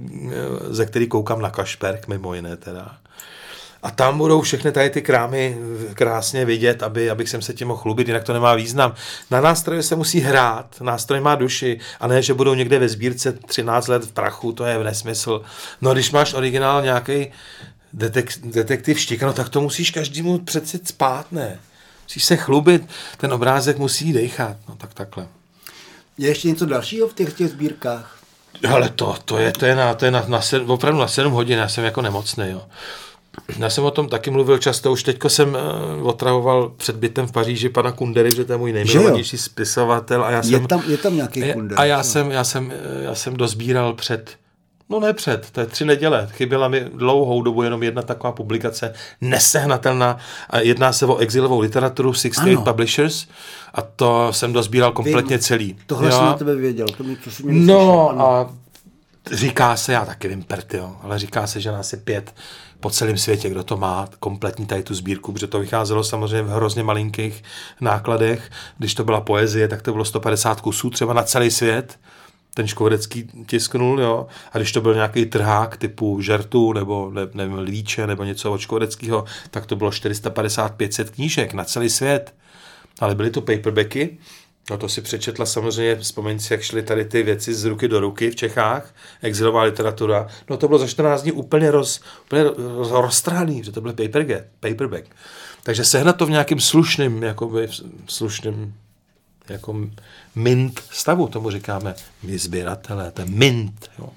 ze který koukám na Kašperk, mimo jiné teda. A tam budou všechny tady ty krámy krásně vidět, aby, abych sem se tím mohl chlubit, jinak to nemá význam. Na nástroje se musí hrát, nástroj má duši, a ne, že budou někde ve sbírce třináct let v prachu, to je nesmysl. No když máš originál nějaký detek, detektiv Štika, no tak to musíš každému přeci spát, ne? Musíš se chlubit, ten obrázek musí dejchat, no tak takhle. Je ještě něco dalšího v těch, těch sbírkách? Ale to, to je, to je, na, to je na, na sedm, opravdu na sedm hodin, já jsem jako nemocný, jo. Já jsem o tom taky mluvil často, už teďko jsem uh, otravoval před bytem v Paříži pana Kundery, že to je můj nejmilovanější spisovatel. A já jsem, je, tam, je tam nějaký Kundera. A já jsem, já, jsem, já jsem dozbíral před, no ne před, to je tři neděle, chyběla mi dlouhou dobu jenom jedna taková publikace, nesehnatelná, a jedná se o exilovou literaturu sixty eight Publishers, a to jsem dozbíral kompletně Vím, celý. Tohle jo? jsem na tebe věděl, to, mi, to si mě No ano. A říká se, já taky vím pert, jo, ale říká se, že nás je pět po celém světě, kdo to má, kompletní tady tu sbírku, protože to vycházelo samozřejmě v hrozně malinkých nákladech. Když to byla poezie, tak to bylo sto padesát kusů třeba na celý svět. Ten Škvorecký tisknul, jo. A když to byl nějaký trhák typu Žertu nebo ne, nevím, Lvíče nebo něco od Škvoreckého, tak to bylo čtyři sta padesát pět set knížek na celý svět. Ale byly to paperbacky. No to si přečetla samozřejmě, vzpomeň si, jak šly tady ty věci z ruky do ruky v Čechách, exilová literatura. No to bylo za čtrnáct dní úplně, roz, úplně roz, roztrhaný, že to byl paperback, paperback. Takže sehnat to v nějakým slušným, jakoby slušným, jako mint stavu, tomu říkáme my sběratelé, to je mint, jo.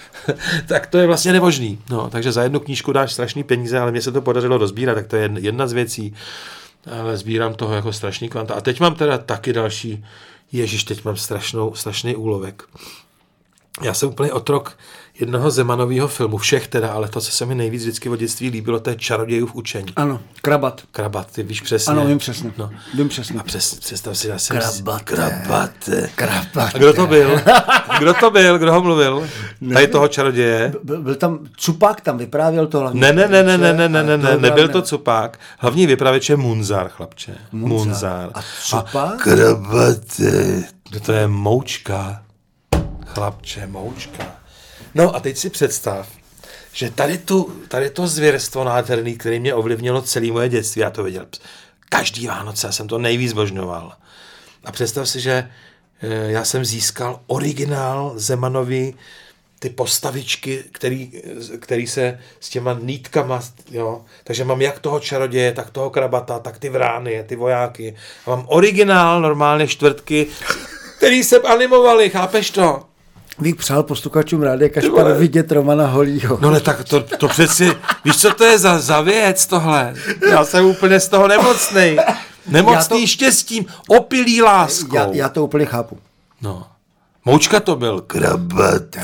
Tak to je vlastně nemožný. No, takže za jednu knížku dáš strašný peníze, ale mně se to podařilo rozbírat, tak to je jedna z věcí. Ale sbírám toho jako strašný kvanta. A teď mám teda taky další, ježiš, teď mám strašnou, strašný úlovek. Já jsem úplně otrok jednoho Zemanového filmu, všech teda, ale to, co se mi nejvíc vždycky od dětství líbilo, to je Čarodějův učení. Ano, Krabat. Krabat, ty víš přesně. Ano, vím přesně. No. Vím přesně. A přes, představ si, já jsem... Krabate. Krabate. Krabate. A kdo to byl? Kdo to byl? Kdo ho mluvil? Ne, tady toho čaroděje. Byl, byl tam Cupák, tam vyprávěl to hlavně. Ne, ne, ne, ne, ne, ne, ne, ne, ne, nebyl to Cupák. Hlavní vypravěč je Munzar, chlapče. Munzar. Munzar. A Cupák? A Krabate. To je Moučka. Chlapče, Moučka. No a teď si představ, že tady, tu, tady to zvěrstvo nádherný, které mě ovlivnilo celé moje dětství, já to viděl každý Vánoce, já jsem to nejvíc zbožňoval. A představ si, že já jsem získal originál Zemanovy ty postavičky, který, který se s těma nýtkama, jo. Takže mám jak toho čaroděje, tak toho krabata, tak ty vrány, ty vojáky. A mám originál, normálně čtvrtky, který se animovali, chápeš to? Bych přál posluchačům Rádia Kašpar vidět Romana Holího. No ne, tak to, to přeci, víš, co to je za, za věc tohle? Já jsem úplně z toho nemocnej. Nemocný to, štěstím, opilý láskou. Já, já to úplně chápu. No. Moučka to byl. Krabat.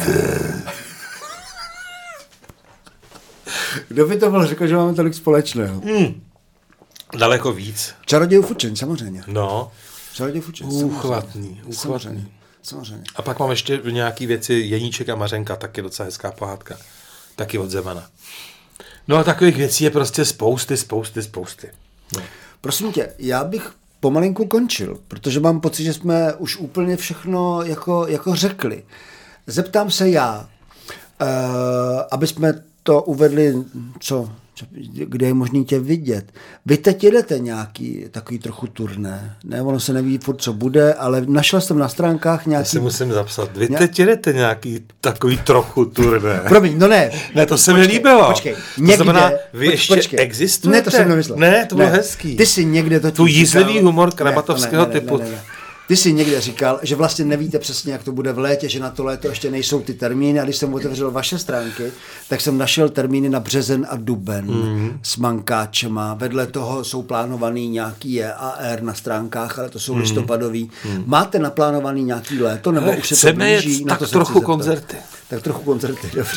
Kdo by to byl řekl, že máme tolik společného? Hmm. Daleko víc. Čaroděj Fučen, samozřejmě. No. Čaroděj Fučen. Úchvatný, úchvatný. Samozřejmě. A pak mám ještě nějaký věci Jeníček a Mařenka, taky docela hezká pohádka. Taky od Zemana. No a takových věcí je prostě spousty, spousty, spousty. No. Prosím tě, já bych pomalinku končil, protože mám pocit, že jsme už úplně všechno jako, jako řekli. Zeptám se já, uh, aby jsme to uvedli, co, co, kde je možný tě vidět. Vy teď jedete nějaký takový trochu turné, ne? Ono se neví furt, co bude, ale našel jsem na stránkách nějaký... To si musím zapsat. Vy teď jedete nějaký takový trochu turné. Promiň, no ne. Ne, to se mi líbilo. Počkej, někde... To znamená, vy poč, ještě počkej. existujete? Ne, to jsem nemyslel. Ne, to bylo ne. hezký. Ty si někde to tu jízlivý humor krabatovského ne, ne, ne, typu. Ne, ne, ne, ne. Ty jsi někde říkal, že vlastně nevíte přesně, jak to bude v létě, že na to léto ještě nejsou ty termíny, a když jsem otevřel vaše stránky, tak jsem našel termíny na březen a duben mm. s mankáčema. Vedle toho jsou plánovaný nějaký E A R na stránkách, ale to jsou mm. listopadový. Mm. Máte naplánovaný nějaký léto, nebo ale už se to blíží? Tak to trochu koncerty. Tak trochu koncerty, dobře.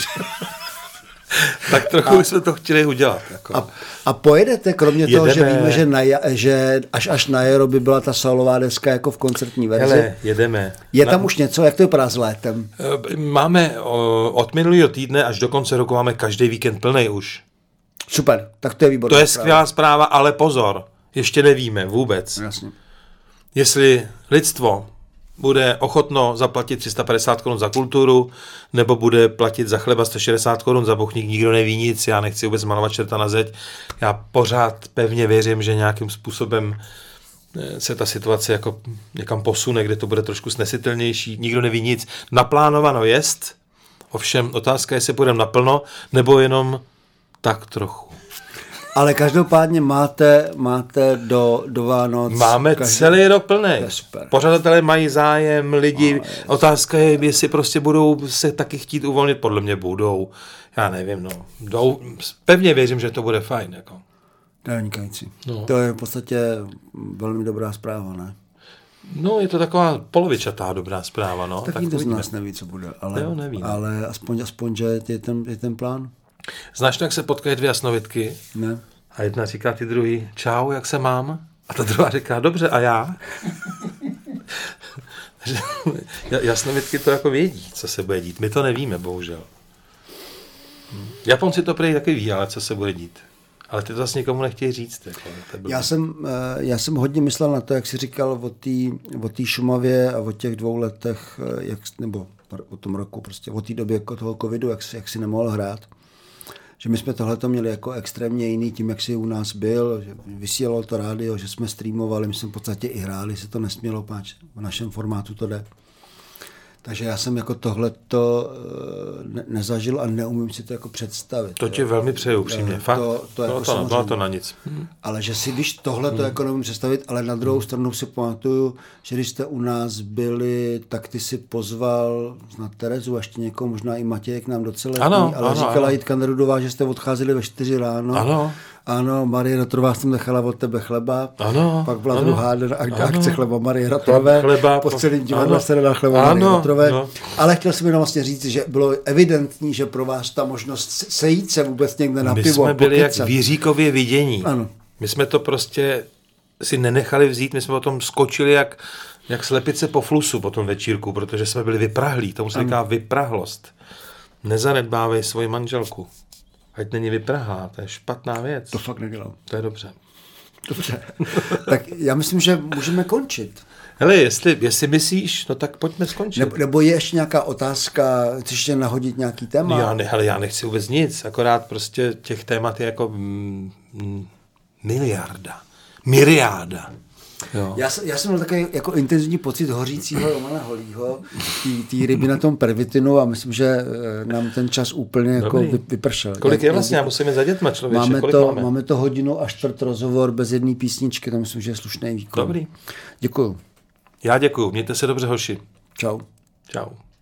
Tak trochu a, jsme to chtěli udělat. Jako. A, a pojedete, kromě jedeme. toho, že víme, že, na, že až až na jaro by byla ta solová deska jako v koncertní verzi. Hele, jedeme. Je tam na... už něco? Jak to vypadá s létem? Máme od minulého týdne až do konce roku máme každý víkend plnej už. Super, tak to je výborná To je skvělá zpráva, ale pozor, ještě nevíme vůbec. Jasně. Jestli lidstvo bude ochotno zaplatit tři sta padesát korun za kulturu, nebo bude platit za chleba sto šedesát korun za bochník, nikdo neví nic, já nechci vůbec malovat čerta na zeď. Já pořád pevně věřím, že nějakým způsobem se ta situace jako někam posune, kde to bude trošku snesitelnější, nikdo neví nic. Naplánováno jest, ovšem otázka je, jestli půjdeme naplno, nebo jenom tak trochu. Ale každopádně máte, máte do, do Vánoc... Máme každý... celý rok plný. Pořadatelé mají zájem, lidi. No, otázka je, jestli prostě budou se taky chtít uvolnit. Podle mě budou. Já nevím, no. Jdou, pevně věřím, že to bude fajn. Jako. To je vynikající. No. To je v podstatě velmi dobrá zpráva, ne? No, je to taková polovičatá dobrá zpráva, no. Tak, tak nikdo z nás neví, co bude. Ale, jo, neví, no. ale aspoň, aspoň, že je ten, je ten plán. Znáš, jak se potkají dvě jasnovidky? Ne. A jedna říká ty druhý, čau, jak se mám? A ta druhá říká, dobře, a já? Jasnovidky to jako vědí, co se bude dít. My to nevíme, bohužel. Japonci to prý taky ví, ale co se bude dít. Ale ty to zase nikomu nechtějí říct. Jako, já, jsem, já jsem hodně myslel na to, jak jsi říkal o té o té Šumavě a o těch dvou letech, jak, nebo o tom roku, prostě o té době jako toho covidu, jak, jak si nemohl hrát. Že my jsme tohleto měli jako extrémně jiný tím, jak si u nás byl, že vysílalo to rádio, že jsme streamovali, my jsme v podstatě i hráli, se to nesmělo, páč, v našem formátu to jde. Takže já jsem jako tohleto ne- nezažil a neumím si to jako představit. To ti velmi přeju upřímně, fakt. To, to bylo, jako to, bylo to na nic. Hmm. Ale že si, když tohleto hmm. jako neumím představit, ale na druhou hmm. stranu si pamatuju, že když jste u nás byli, tak ty si pozval na Terezu a ještě někoho, možná i Matěj k nám docela, ano, ale ano, říkala ano. Jitka Nerudová, že jste odcházeli ve čtyři ráno. Ano. Ano, Marie Rotrová jsem nechala od tebe chleba. Ano. Pak byla ano, druhá den akce chleba Marie Rotrové. Chleba. Po celém divadle se nedá chleba Marie Rotrové. No. Ale chtěl jsem jenom vlastně říct, že bylo evidentní, že pro vás ta možnost sejít se vůbec někde na My pivo. My jsme byli pokecat. jak Víříkově vidění. Ano. My jsme to prostě si nenechali vzít, my jsme potom skočili jak, jak slepice po flusu po tom večírku, protože jsme byli vyprahlí. Tomu se říká vyprahlost. Nezanedbávej svoji manželku. Ať není vyprahá, to je špatná věc. To fakt nedělám. To je dobře. Dobře. Tak já myslím, že můžeme končit. Hele, jestli, jestli myslíš, no tak pojďme skončit. Nebo, nebo je ještě nějaká otázka, chceš ještě nahodit nějaký téma? Já, ne, hele, já nechci vůbec nic, akorát prostě těch témat je jako mm, mm, miliarda, myriáda. Jo. Já, já jsem měl takový jako intenzivní pocit hořícího Romana Holího, té ryby na tom pervitinu a myslím, že nám ten čas úplně jako vypršel. Kolik je vlastně? Já musím jít za dětma, člověče. Máme Kolik to, máme? máme to hodinu a čtvrt rozhovor bez jedné písničky, to myslím, že je slušný výkon. Dobrý. Děkuju. Já děkuju. Mějte se dobře, hoši. Čau. Čau.